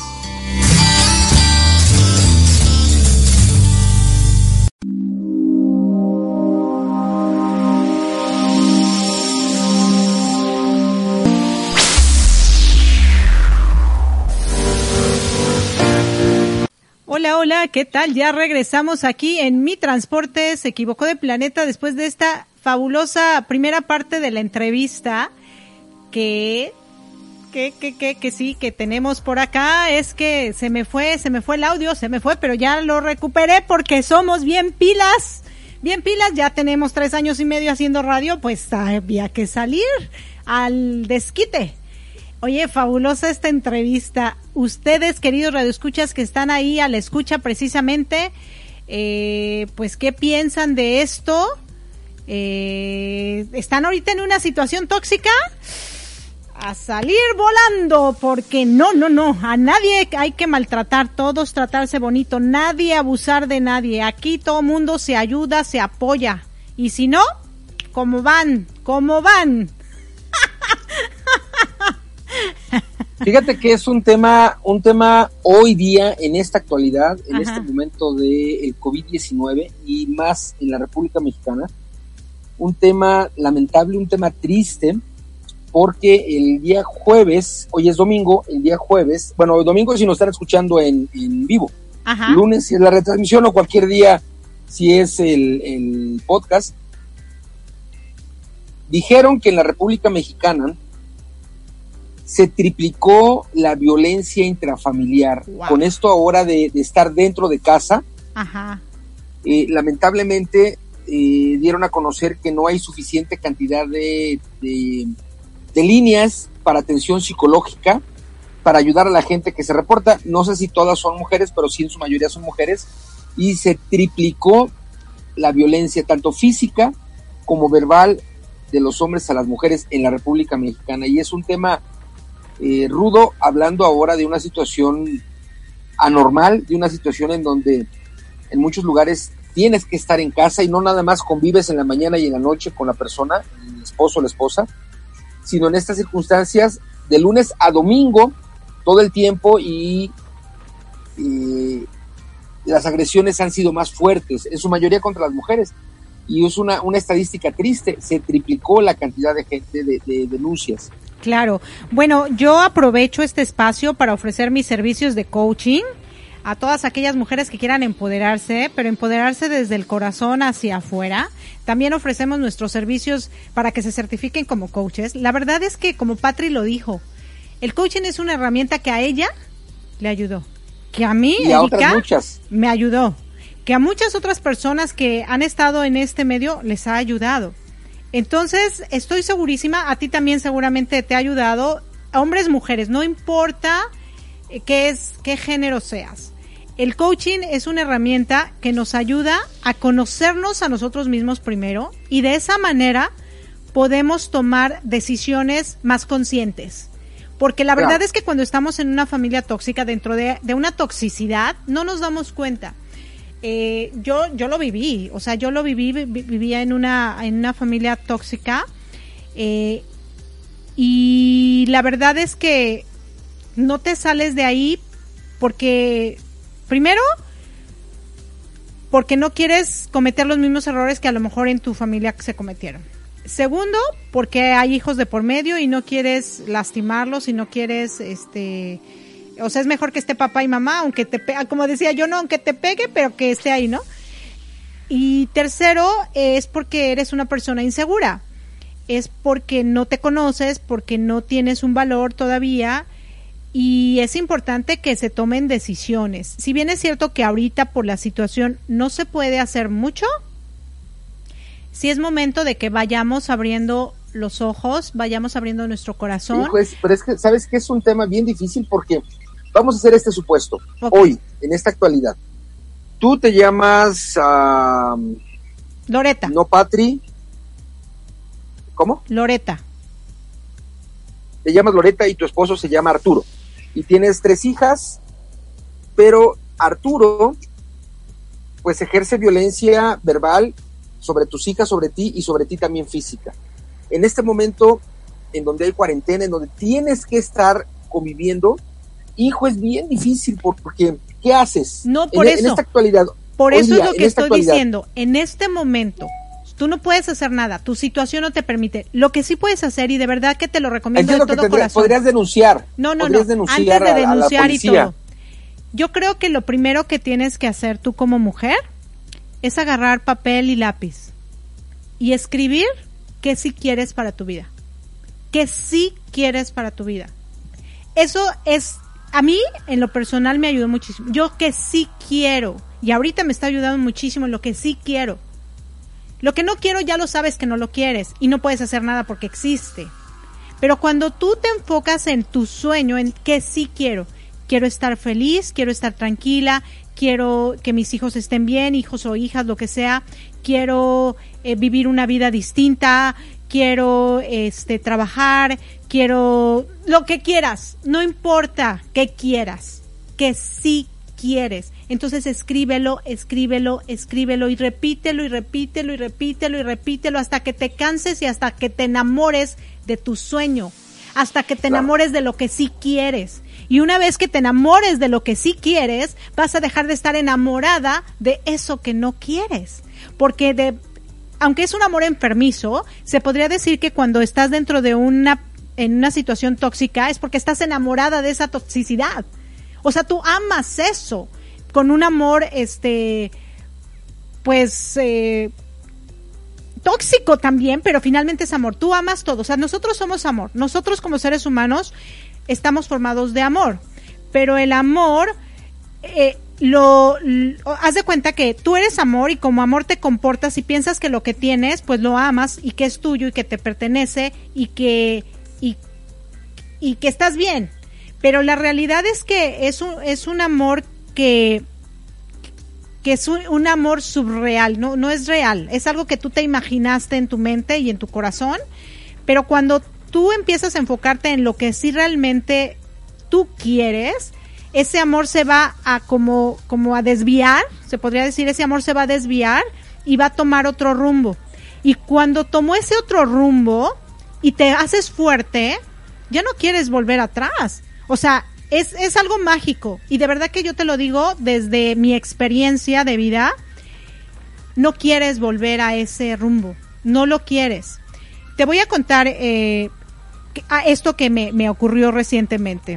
S7: Hola, ¿qué tal? Ya regresamos aquí en Mi Transporte se equivocó de planeta después de esta fabulosa primera parte de la entrevista que sí, que tenemos por acá. Es que se me fue el audio, pero ya lo recuperé porque somos bien pilas, ya tenemos 3 años y medio haciendo radio, pues había que salir al desquite. Oye, fabulosa esta entrevista. Ustedes, queridos radioescuchas que están ahí a la escucha precisamente, pues, ¿qué piensan de esto? ¿Están ahorita en una situación tóxica? a salir volando, porque no, a nadie hay que maltratar, todos tratarse bonito, nadie abusar de nadie, aquí todo mundo se ayuda, se apoya, y si no, ¿cómo van?
S8: Fíjate que es un tema hoy día, en esta actualidad, en este momento del COVID-19 y más en la República Mexicana, un tema lamentable, un tema triste, porque el día jueves, hoy es domingo, el día jueves, bueno, el domingo si nos están escuchando en vivo, lunes si es la retransmisión o cualquier día si es el podcast, dijeron que en la República Mexicana se triplicó la violencia intrafamiliar. Wow. Con esto ahora de estar dentro de casa, lamentablemente dieron a conocer que no hay suficiente cantidad de líneas para atención psicológica, para ayudar a la gente que se reporta. No sé si todas son mujeres, pero sí en su mayoría son mujeres, y se triplicó la violencia, tanto física como verbal, de los hombres a las mujeres en la República Mexicana. Y es un tema rudo, hablando ahora de una situación anormal, de una situación en donde en muchos lugares tienes que estar en casa y no nada más convives en la mañana y en la noche con la persona, el esposo o la esposa, sino en estas circunstancias de lunes a domingo todo el tiempo, y las agresiones han sido más fuertes, en su mayoría contra las mujeres, y es una estadística triste, se triplicó la cantidad de gente de denuncias.
S7: Claro, bueno, yo aprovecho este espacio para ofrecer mis servicios de coaching a todas aquellas mujeres que quieran empoderarse, pero empoderarse desde el corazón hacia afuera. También ofrecemos nuestros servicios para que se certifiquen como coaches. La verdad es que, como Patri lo dijo, el coaching es una herramienta que a ella le ayudó, que a mí,
S8: y a otras muchas,
S7: me ayudó, que a muchas otras personas que han estado en este medio les ha ayudado. Entonces, estoy segurísima, a ti también seguramente te ha ayudado, a hombres, mujeres, no importa qué género seas. El coaching es una herramienta que nos ayuda a conocernos a nosotros mismos primero, y de esa manera podemos tomar decisiones más conscientes. Porque la verdad es que cuando estamos en una familia tóxica, dentro de una toxicidad, no nos damos cuenta. Yo lo viví, o sea, vivía en una familia tóxica, y la verdad es que no te sales de ahí porque, primero, porque no quieres cometer los mismos errores que a lo mejor en tu familia se cometieron. Segundo, porque hay hijos de por medio y no quieres lastimarlos y no quieres, o sea, es mejor que esté papá y mamá, aunque como decía yo, no, aunque te pegue, pero que esté ahí, ¿no? Y tercero, es porque eres una persona insegura. Es porque no te conoces, porque no tienes un valor todavía, y es importante que se tomen decisiones. Si bien es cierto que ahorita por la situación no se puede hacer mucho, sí es momento de que vayamos abriendo los ojos, vayamos abriendo nuestro corazón.
S8: Pues, pero es que, ¿sabes qué? Es un tema bien difícil porque vamos a hacer este supuesto. Okay. Hoy, en esta actualidad, tú te llamas
S7: Loreta.
S8: No, Patri. ¿Cómo?
S7: Loreta.
S8: Te llamas Loreta y tu esposo se llama Arturo. Y tienes 3 hijas, pero Arturo pues ejerce violencia verbal sobre tus hijas, sobre ti y sobre ti también física. En este momento en donde hay cuarentena, en donde tienes que estar conviviendo, hijo, es bien difícil porque ¿qué haces?
S7: No, por eso.
S8: En esta actualidad.
S7: Por eso es lo que estoy diciendo. En este momento tú no puedes hacer nada, tu situación no te permite. Lo que sí puedes hacer, y de verdad que te lo recomiendo de todo corazón.
S8: Podrías denunciar.
S7: No, antes de denunciar y todo. Yo creo que lo primero que tienes que hacer tú como mujer es agarrar papel y lápiz y escribir qué sí quieres para tu vida. ¿Qué sí quieres para tu vida? Eso es, a mí en lo personal me ayudó muchísimo. Yo que sí quiero, y ahorita me está ayudando muchísimo en lo que sí quiero. Lo que no quiero ya lo sabes que no lo quieres y no puedes hacer nada porque existe. Pero cuando tú te enfocas en tu sueño, en qué sí quiero, quiero estar feliz, quiero estar tranquila, quiero que mis hijos estén bien, hijos o hijas, lo que sea, quiero vivir una vida distinta, quiero trabajar, quiero lo que quieras, no importa qué quieras, que sí quieres. Entonces escríbelo y repítelo hasta que te canses y hasta que te enamores de tu sueño, hasta que te enamores de lo que sí quieres. Y una vez que te enamores de lo que sí quieres, vas a dejar de estar enamorada de eso que no quieres. Porque aunque es un amor enfermizo, se podría decir que cuando estás dentro de en una situación tóxica es porque estás enamorada de esa toxicidad. O sea, tú amas eso con un amor, tóxico también, pero finalmente es amor. Tú amas todo. O sea, nosotros somos amor. Nosotros como seres humanos estamos formados de amor. Pero el amor, haz de cuenta que tú eres amor y como amor te comportas y piensas que lo que tienes, pues lo amas y que es tuyo y que te pertenece y que estás bien. Pero la realidad es que es un amor que es un amor subreal, no es real, es algo que tú te imaginaste en tu mente y en tu corazón, pero cuando tú empiezas a enfocarte en lo que sí realmente tú quieres, ese amor se va a como a desviar, se podría decir, ese amor se va a desviar y va a tomar otro rumbo. Y cuando tomó ese otro rumbo y te haces fuerte, ya no quieres volver atrás. O sea, es algo mágico y de verdad que yo te lo digo desde mi experiencia de vida, no quieres volver a ese rumbo, no lo quieres. Te voy a contar esto que me ocurrió recientemente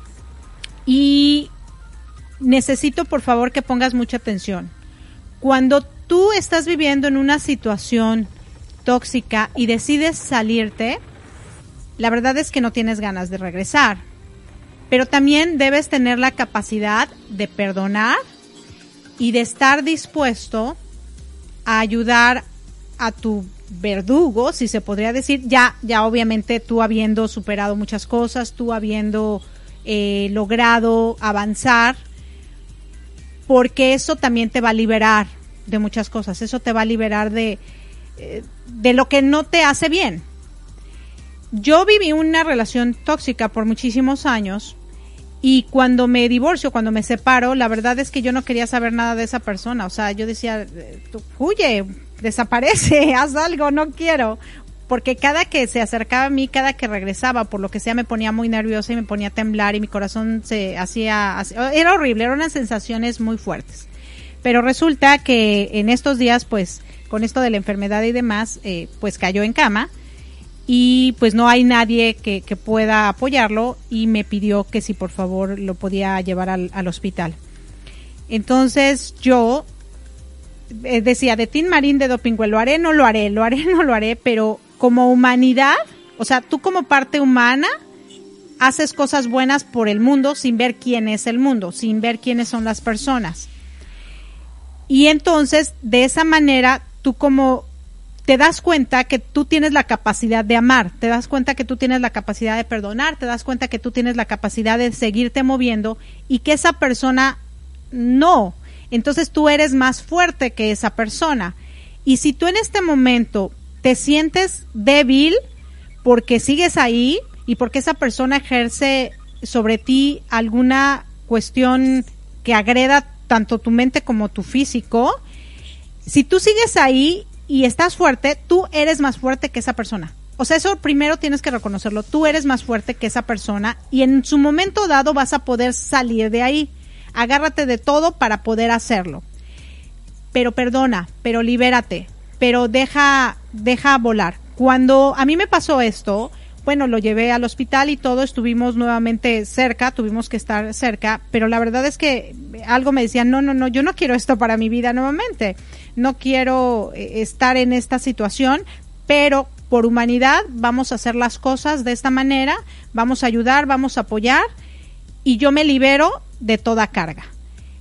S7: y necesito por favor que pongas mucha atención. Cuando tú estás viviendo en una situación tóxica y decides salirte, la verdad es que no tienes ganas de regresar. Pero también debes tener la capacidad de perdonar y de estar dispuesto a ayudar a tu verdugo, si se podría decir, ya obviamente tú habiendo superado muchas cosas, tú habiendo logrado avanzar, porque eso también te va a liberar de muchas cosas, eso te va a liberar de lo que no te hace bien. Yo viví una relación tóxica por muchísimos años. Y cuando me divorcio, cuando me separo, la verdad es que yo no quería saber nada de esa persona. O sea, yo decía, huye, desaparece, haz algo, no quiero. Porque cada que se acercaba a mí, cada que regresaba, por lo que sea, me ponía muy nerviosa y me ponía a temblar y mi corazón se hacía, era horrible, eran unas sensaciones muy fuertes. Pero resulta que en estos días, pues, con esto de la enfermedad y demás, pues cayó en cama. Y pues no hay nadie que pueda apoyarlo y me pidió que si por favor lo podía llevar al hospital. Entonces yo decía, de Tin Marín de Dopingüe, lo haré, pero como humanidad, o sea, tú como parte humana haces cosas buenas por el mundo sin ver quién es el mundo, sin ver quiénes son las personas. Y entonces, de esa manera, tú como te das cuenta que tú tienes la capacidad de amar, te das cuenta que tú tienes la capacidad de perdonar, te das cuenta que tú tienes la capacidad de seguirte moviendo y que esa persona no. Entonces tú eres más fuerte que esa persona. Y si tú en este momento te sientes débil porque sigues ahí y porque esa persona ejerce sobre ti alguna cuestión que agreda tanto tu mente como tu físico, si tú sigues ahí y estás fuerte, tú eres más fuerte que esa persona. O sea, eso primero tienes que reconocerlo. Tú eres más fuerte que esa persona y en su momento dado vas a poder salir de ahí. Agárrate de todo para poder hacerlo. Pero perdona, pero libérate, pero deja volar. Cuando a mí me pasó esto, bueno, lo llevé al hospital y todo, estuvimos nuevamente cerca, tuvimos que estar cerca, pero la verdad es que algo me decía, no, yo no quiero esto para mi vida nuevamente. No quiero estar en esta situación, pero por humanidad vamos a hacer las cosas de esta manera, vamos a ayudar, vamos a apoyar y yo me libero de toda carga.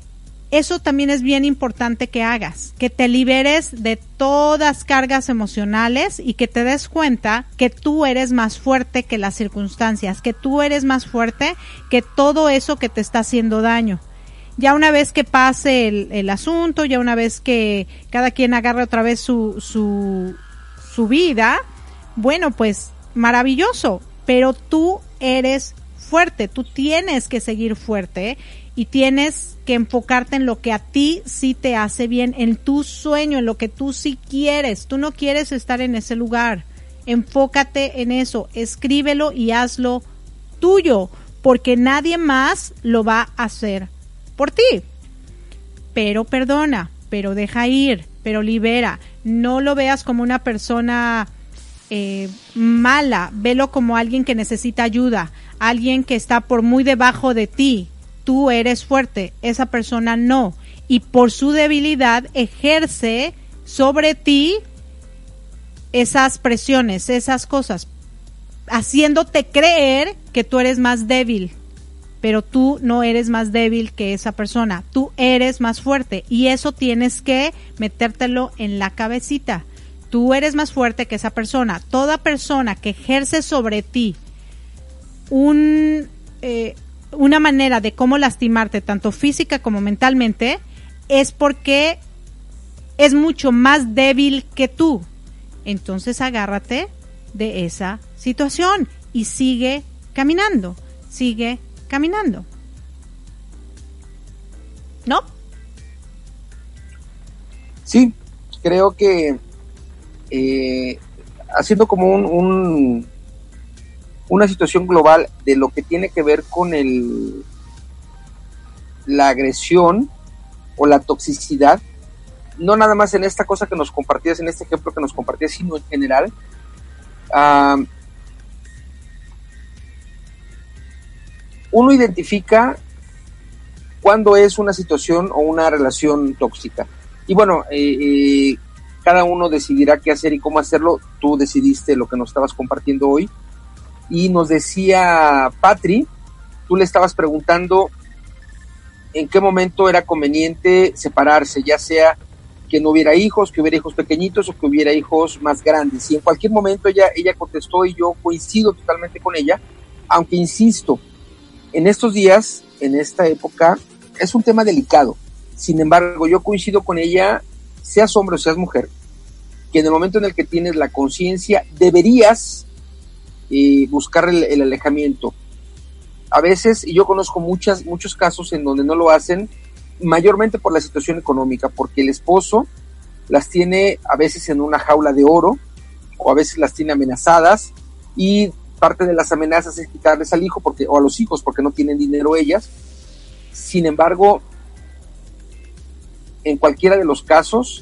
S7: eso también es bien importante que hagas, que te liberes de todas cargas emocionales y que te des cuenta que tú eres más fuerte que las circunstancias, que tú eres más fuerte que todo eso que te está haciendo daño. Ya una vez que pase el asunto, ya una vez que cada quien agarre otra vez su vida, bueno, pues maravilloso, pero tú eres fuerte, tú tienes que seguir fuerte y tienes que enfocarte en lo que a ti sí te hace bien, en tu sueño, en lo que tú sí quieres. Tú no quieres estar en ese lugar. Enfócate en eso, escríbelo y hazlo tuyo, porque nadie más lo va a hacer por ti. Pero perdona, pero deja ir, pero libera. No lo veas como una persona mala, velo como alguien que necesita ayuda, alguien que está por muy debajo de ti. Tú eres fuerte, esa persona no, y por su debilidad ejerce sobre ti esas presiones, esas cosas, haciéndote creer que tú eres más débil, pero tú no eres más débil que esa persona, tú eres más fuerte, y eso tienes que metértelo en la cabecita. Tú eres más fuerte que esa persona. Toda persona que ejerce sobre ti una manera de cómo lastimarte, tanto física como mentalmente, es porque es mucho más débil que tú. Entonces agárrate de esa situación y sigue caminando. ¿No?
S8: Sí, creo que haciendo como una situación global de lo que tiene que ver con la agresión o la toxicidad, no nada más en esta cosa que nos compartías, en este ejemplo que nos compartías, sino en general. Uno identifica cuándo es una situación o una relación tóxica. Y bueno, cada uno decidirá qué hacer y cómo hacerlo. Tú decidiste lo que nos estabas compartiendo hoy. Y nos decía Patri, tú le estabas preguntando en qué momento era conveniente separarse, ya sea que no hubiera hijos, que hubiera hijos pequeñitos o que hubiera hijos más grandes. Y en cualquier momento ella contestó y yo coincido totalmente con ella, aunque insisto, en estos días, en esta época, es un tema delicado. Sin embargo, yo coincido con ella, seas hombre o seas mujer, que en el momento en el que tienes la conciencia, deberías buscar el alejamiento. A veces, y yo conozco muchos casos en donde no lo hacen, mayormente por la situación económica, porque el esposo las tiene a veces en una jaula de oro, o a veces las tiene amenazadas, y parte de las amenazas es quitarles al hijo o a los hijos porque no tienen dinero ellas. Sin embargo, en cualquiera de los casos,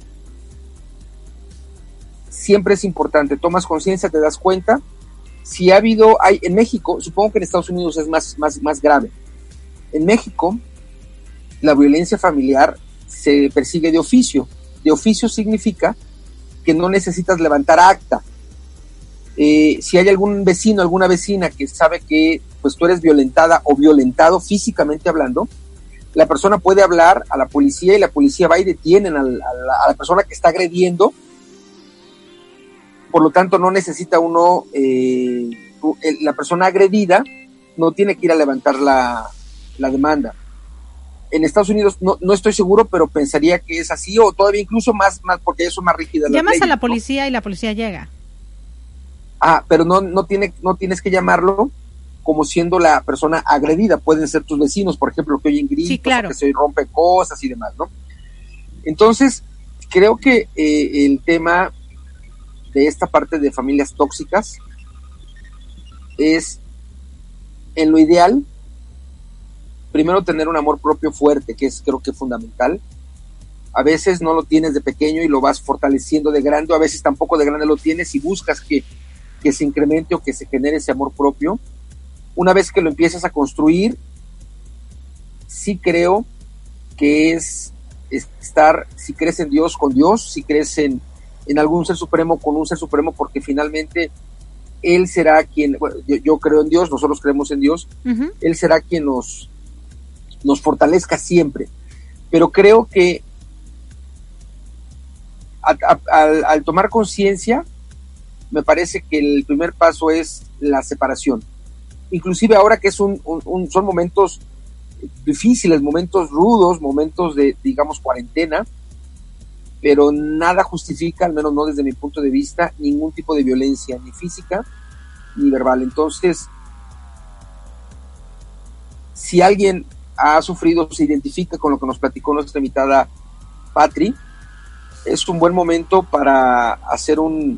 S8: siempre es importante, tomas conciencia, te das cuenta. Si hay en México, supongo que en Estados Unidos es más grave. En México, la violencia familiar se persigue de oficio. De oficio significa que no necesitas levantar acta. Si hay algún vecino, alguna vecina que sabe que pues tú eres violentada o violentado físicamente hablando, la persona puede hablar a la policía y la policía va y detienen a la persona que está agrediendo. Por lo tanto, no necesita uno, la persona agredida no tiene que ir a levantar la demanda. En Estados Unidos no estoy seguro, pero pensaría que es así, o todavía incluso más porque eso es más rígida.
S7: Llamas a la policía, ¿no? Y la policía llega.
S8: Pero no tienes que llamarlo como siendo la persona agredida. Pueden ser tus vecinos, por ejemplo, que oyen gritos, sí, claro, que se rompen cosas y demás, ¿no? Entonces, creo que el tema de esta parte de familias tóxicas es, en lo ideal, primero tener un amor propio fuerte, que es creo que fundamental. A veces no lo tienes de pequeño y lo vas fortaleciendo de grande, o a veces tampoco de grande lo tienes y buscas que se incremente o que se genere ese amor propio. Una vez que lo empiezas a construir, sí creo que es estar, si crees en Dios, con Dios, si crees en algún ser supremo, con un ser supremo, porque finalmente Él será quien, bueno, yo creo en Dios, nosotros creemos en Dios, uh-huh. Él será quien nos fortalezca siempre. pero creo que al tomar conciencia, me parece que el primer paso es la separación. Inclusive ahora que son momentos difíciles, momentos rudos, momentos de, digamos, cuarentena, pero nada justifica, al menos no desde mi punto de vista, ningún tipo de violencia, ni física, ni verbal. Entonces, si alguien ha sufrido, se identifica con lo que nos platicó nuestra invitada Patri, es un buen momento para hacer un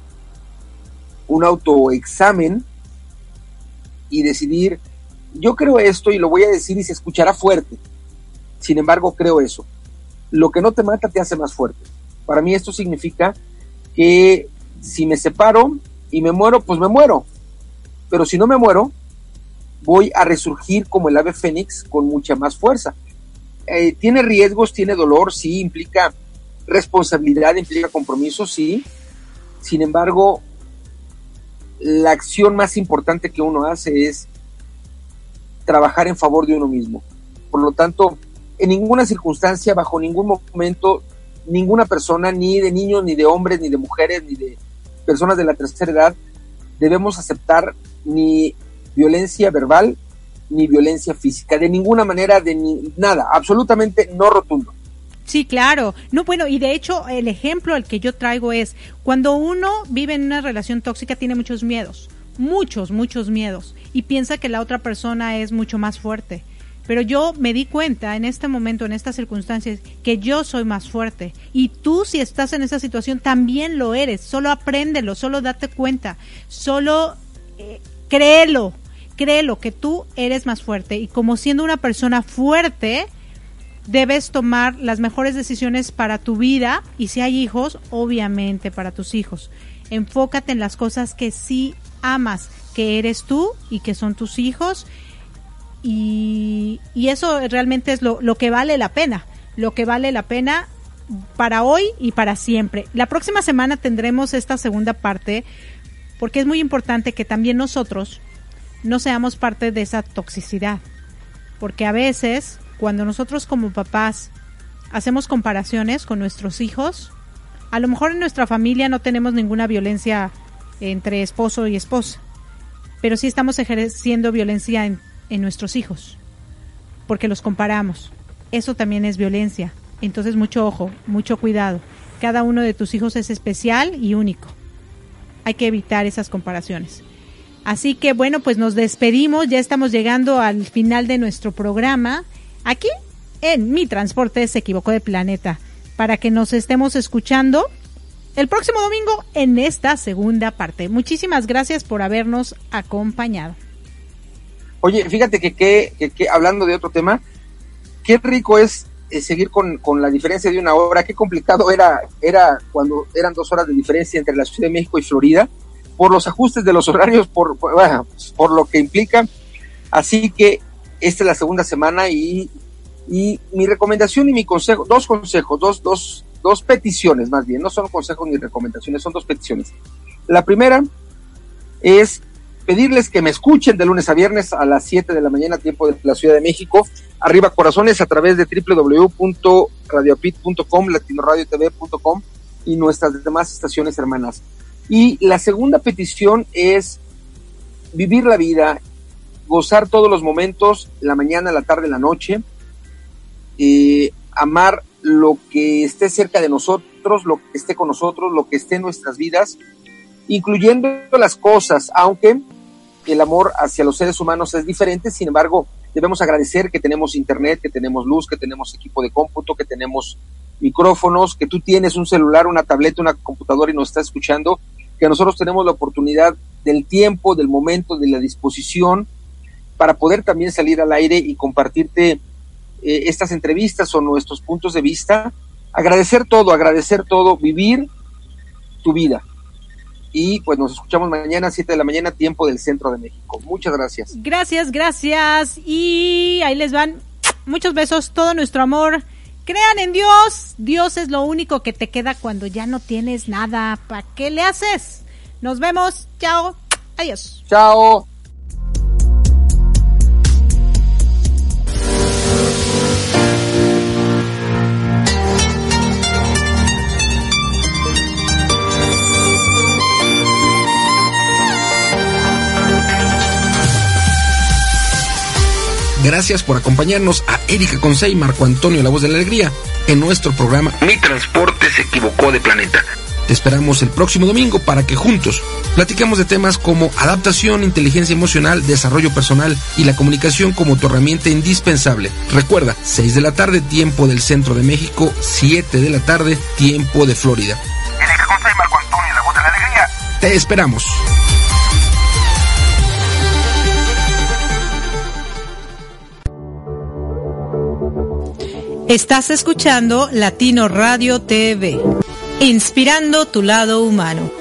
S8: autoexamen y decidir, yo creo esto y lo voy a decir y se escuchará fuerte, sin embargo creo eso, lo que no te mata te hace más fuerte. Para mí esto significa que si me separo y me muero, pues me muero, pero si no me muero, voy a resurgir como el ave fénix con mucha más fuerza. Tiene riesgos, tiene dolor, sí, implica responsabilidad, implica compromiso, sí, sin embargo, la acción más importante que uno hace es trabajar en favor de uno mismo. Por lo tanto, en ninguna circunstancia, bajo ningún momento, ninguna persona, ni de niños, ni de hombres, ni de mujeres, ni de personas de la tercera edad, debemos aceptar ni violencia verbal, ni violencia física, de ninguna manera, nada, absolutamente no rotundo.
S7: Sí, claro. No, bueno, y de hecho el ejemplo al que yo traigo es cuando uno vive en una relación tóxica tiene muchos miedos, muchos miedos, y piensa que la otra persona es mucho más fuerte. Pero yo me di cuenta en este momento, en estas circunstancias, que yo soy más fuerte. Y tú, si estás en esa situación, también lo eres. Solo apréndelo, solo date cuenta, solo créelo que tú eres más fuerte. Y como siendo una persona fuerte, debes tomar las mejores decisiones para tu vida y si hay hijos, obviamente para tus hijos. Enfócate en las cosas que sí amas, que eres tú y que son tus hijos y eso realmente es lo que vale la pena, para hoy y para siempre. La próxima semana tendremos esta segunda parte porque es muy importante que también nosotros no seamos parte de esa toxicidad, porque a veces cuando nosotros como papás hacemos comparaciones con nuestros hijos, a lo mejor en nuestra familia no tenemos ninguna violencia entre esposo y esposa, pero sí estamos ejerciendo violencia en nuestros hijos, porque los comparamos. Eso también es violencia. Entonces mucho ojo, mucho cuidado. Cada uno de tus hijos es especial y único. Hay que evitar esas comparaciones. Así que bueno, pues nos despedimos, ya estamos llegando al final de nuestro programa. Aquí en Mi Transporte se equivocó de planeta, para que nos estemos escuchando el próximo domingo en esta segunda parte. Muchísimas gracias por habernos acompañado.
S8: Oye, fíjate que hablando de otro tema, qué rico es seguir con la diferencia de una hora. Qué complicado era cuando eran 2 horas de diferencia entre la Ciudad de México y Florida, por los ajustes de los horarios, por lo que implica. Así que esta es la segunda semana y mi recomendación y mi consejo, dos peticiones más bien, no son consejos ni recomendaciones, son 2 peticiones. La primera es pedirles que me escuchen de lunes a viernes a las 7 de la mañana, tiempo de la Ciudad de México, arriba corazones, a través de www.radioapit.com, latinoradiotv.com y nuestras demás estaciones hermanas. Y la segunda petición es vivir la vida, gozar todos los momentos, la mañana, la tarde, la noche, amar lo que esté cerca de nosotros, lo que esté con nosotros, lo que esté en nuestras vidas, incluyendo las cosas, aunque el amor hacia los seres humanos es diferente. Sin embargo, debemos agradecer que tenemos internet, que tenemos luz, que tenemos equipo de cómputo, que tenemos micrófonos, que tú tienes un celular, una tableta, una computadora y nos estás escuchando, que nosotros tenemos la oportunidad del tiempo, del momento, de la disposición para poder también salir al aire y compartirte estas entrevistas o nuestros puntos de vista. Agradecer todo, vivir tu vida. Y pues nos escuchamos mañana a 7 de la mañana, tiempo del Centro de México. Muchas gracias.
S7: Gracias. Y ahí les van muchos besos, todo nuestro amor. Crean en Dios. Dios es lo único que te queda cuando ya no tienes nada. ¿Para qué le haces? Nos vemos. Chao. Adiós.
S8: Chao.
S6: Gracias por acompañarnos a Erika Conce y Marco Antonio, la voz de la alegría, en nuestro programa Mi Transporte se equivocó de planeta. Te esperamos el próximo domingo para que juntos platiquemos de temas como adaptación, inteligencia emocional, desarrollo personal y la comunicación como tu herramienta indispensable. Recuerda, 6 de la tarde, tiempo del centro de México, 7 de la tarde, tiempo de Florida. Erika Conce y Marco Antonio, la voz de la alegría. Te esperamos.
S2: Estás escuchando Latino Radio TV, inspirando tu lado humano.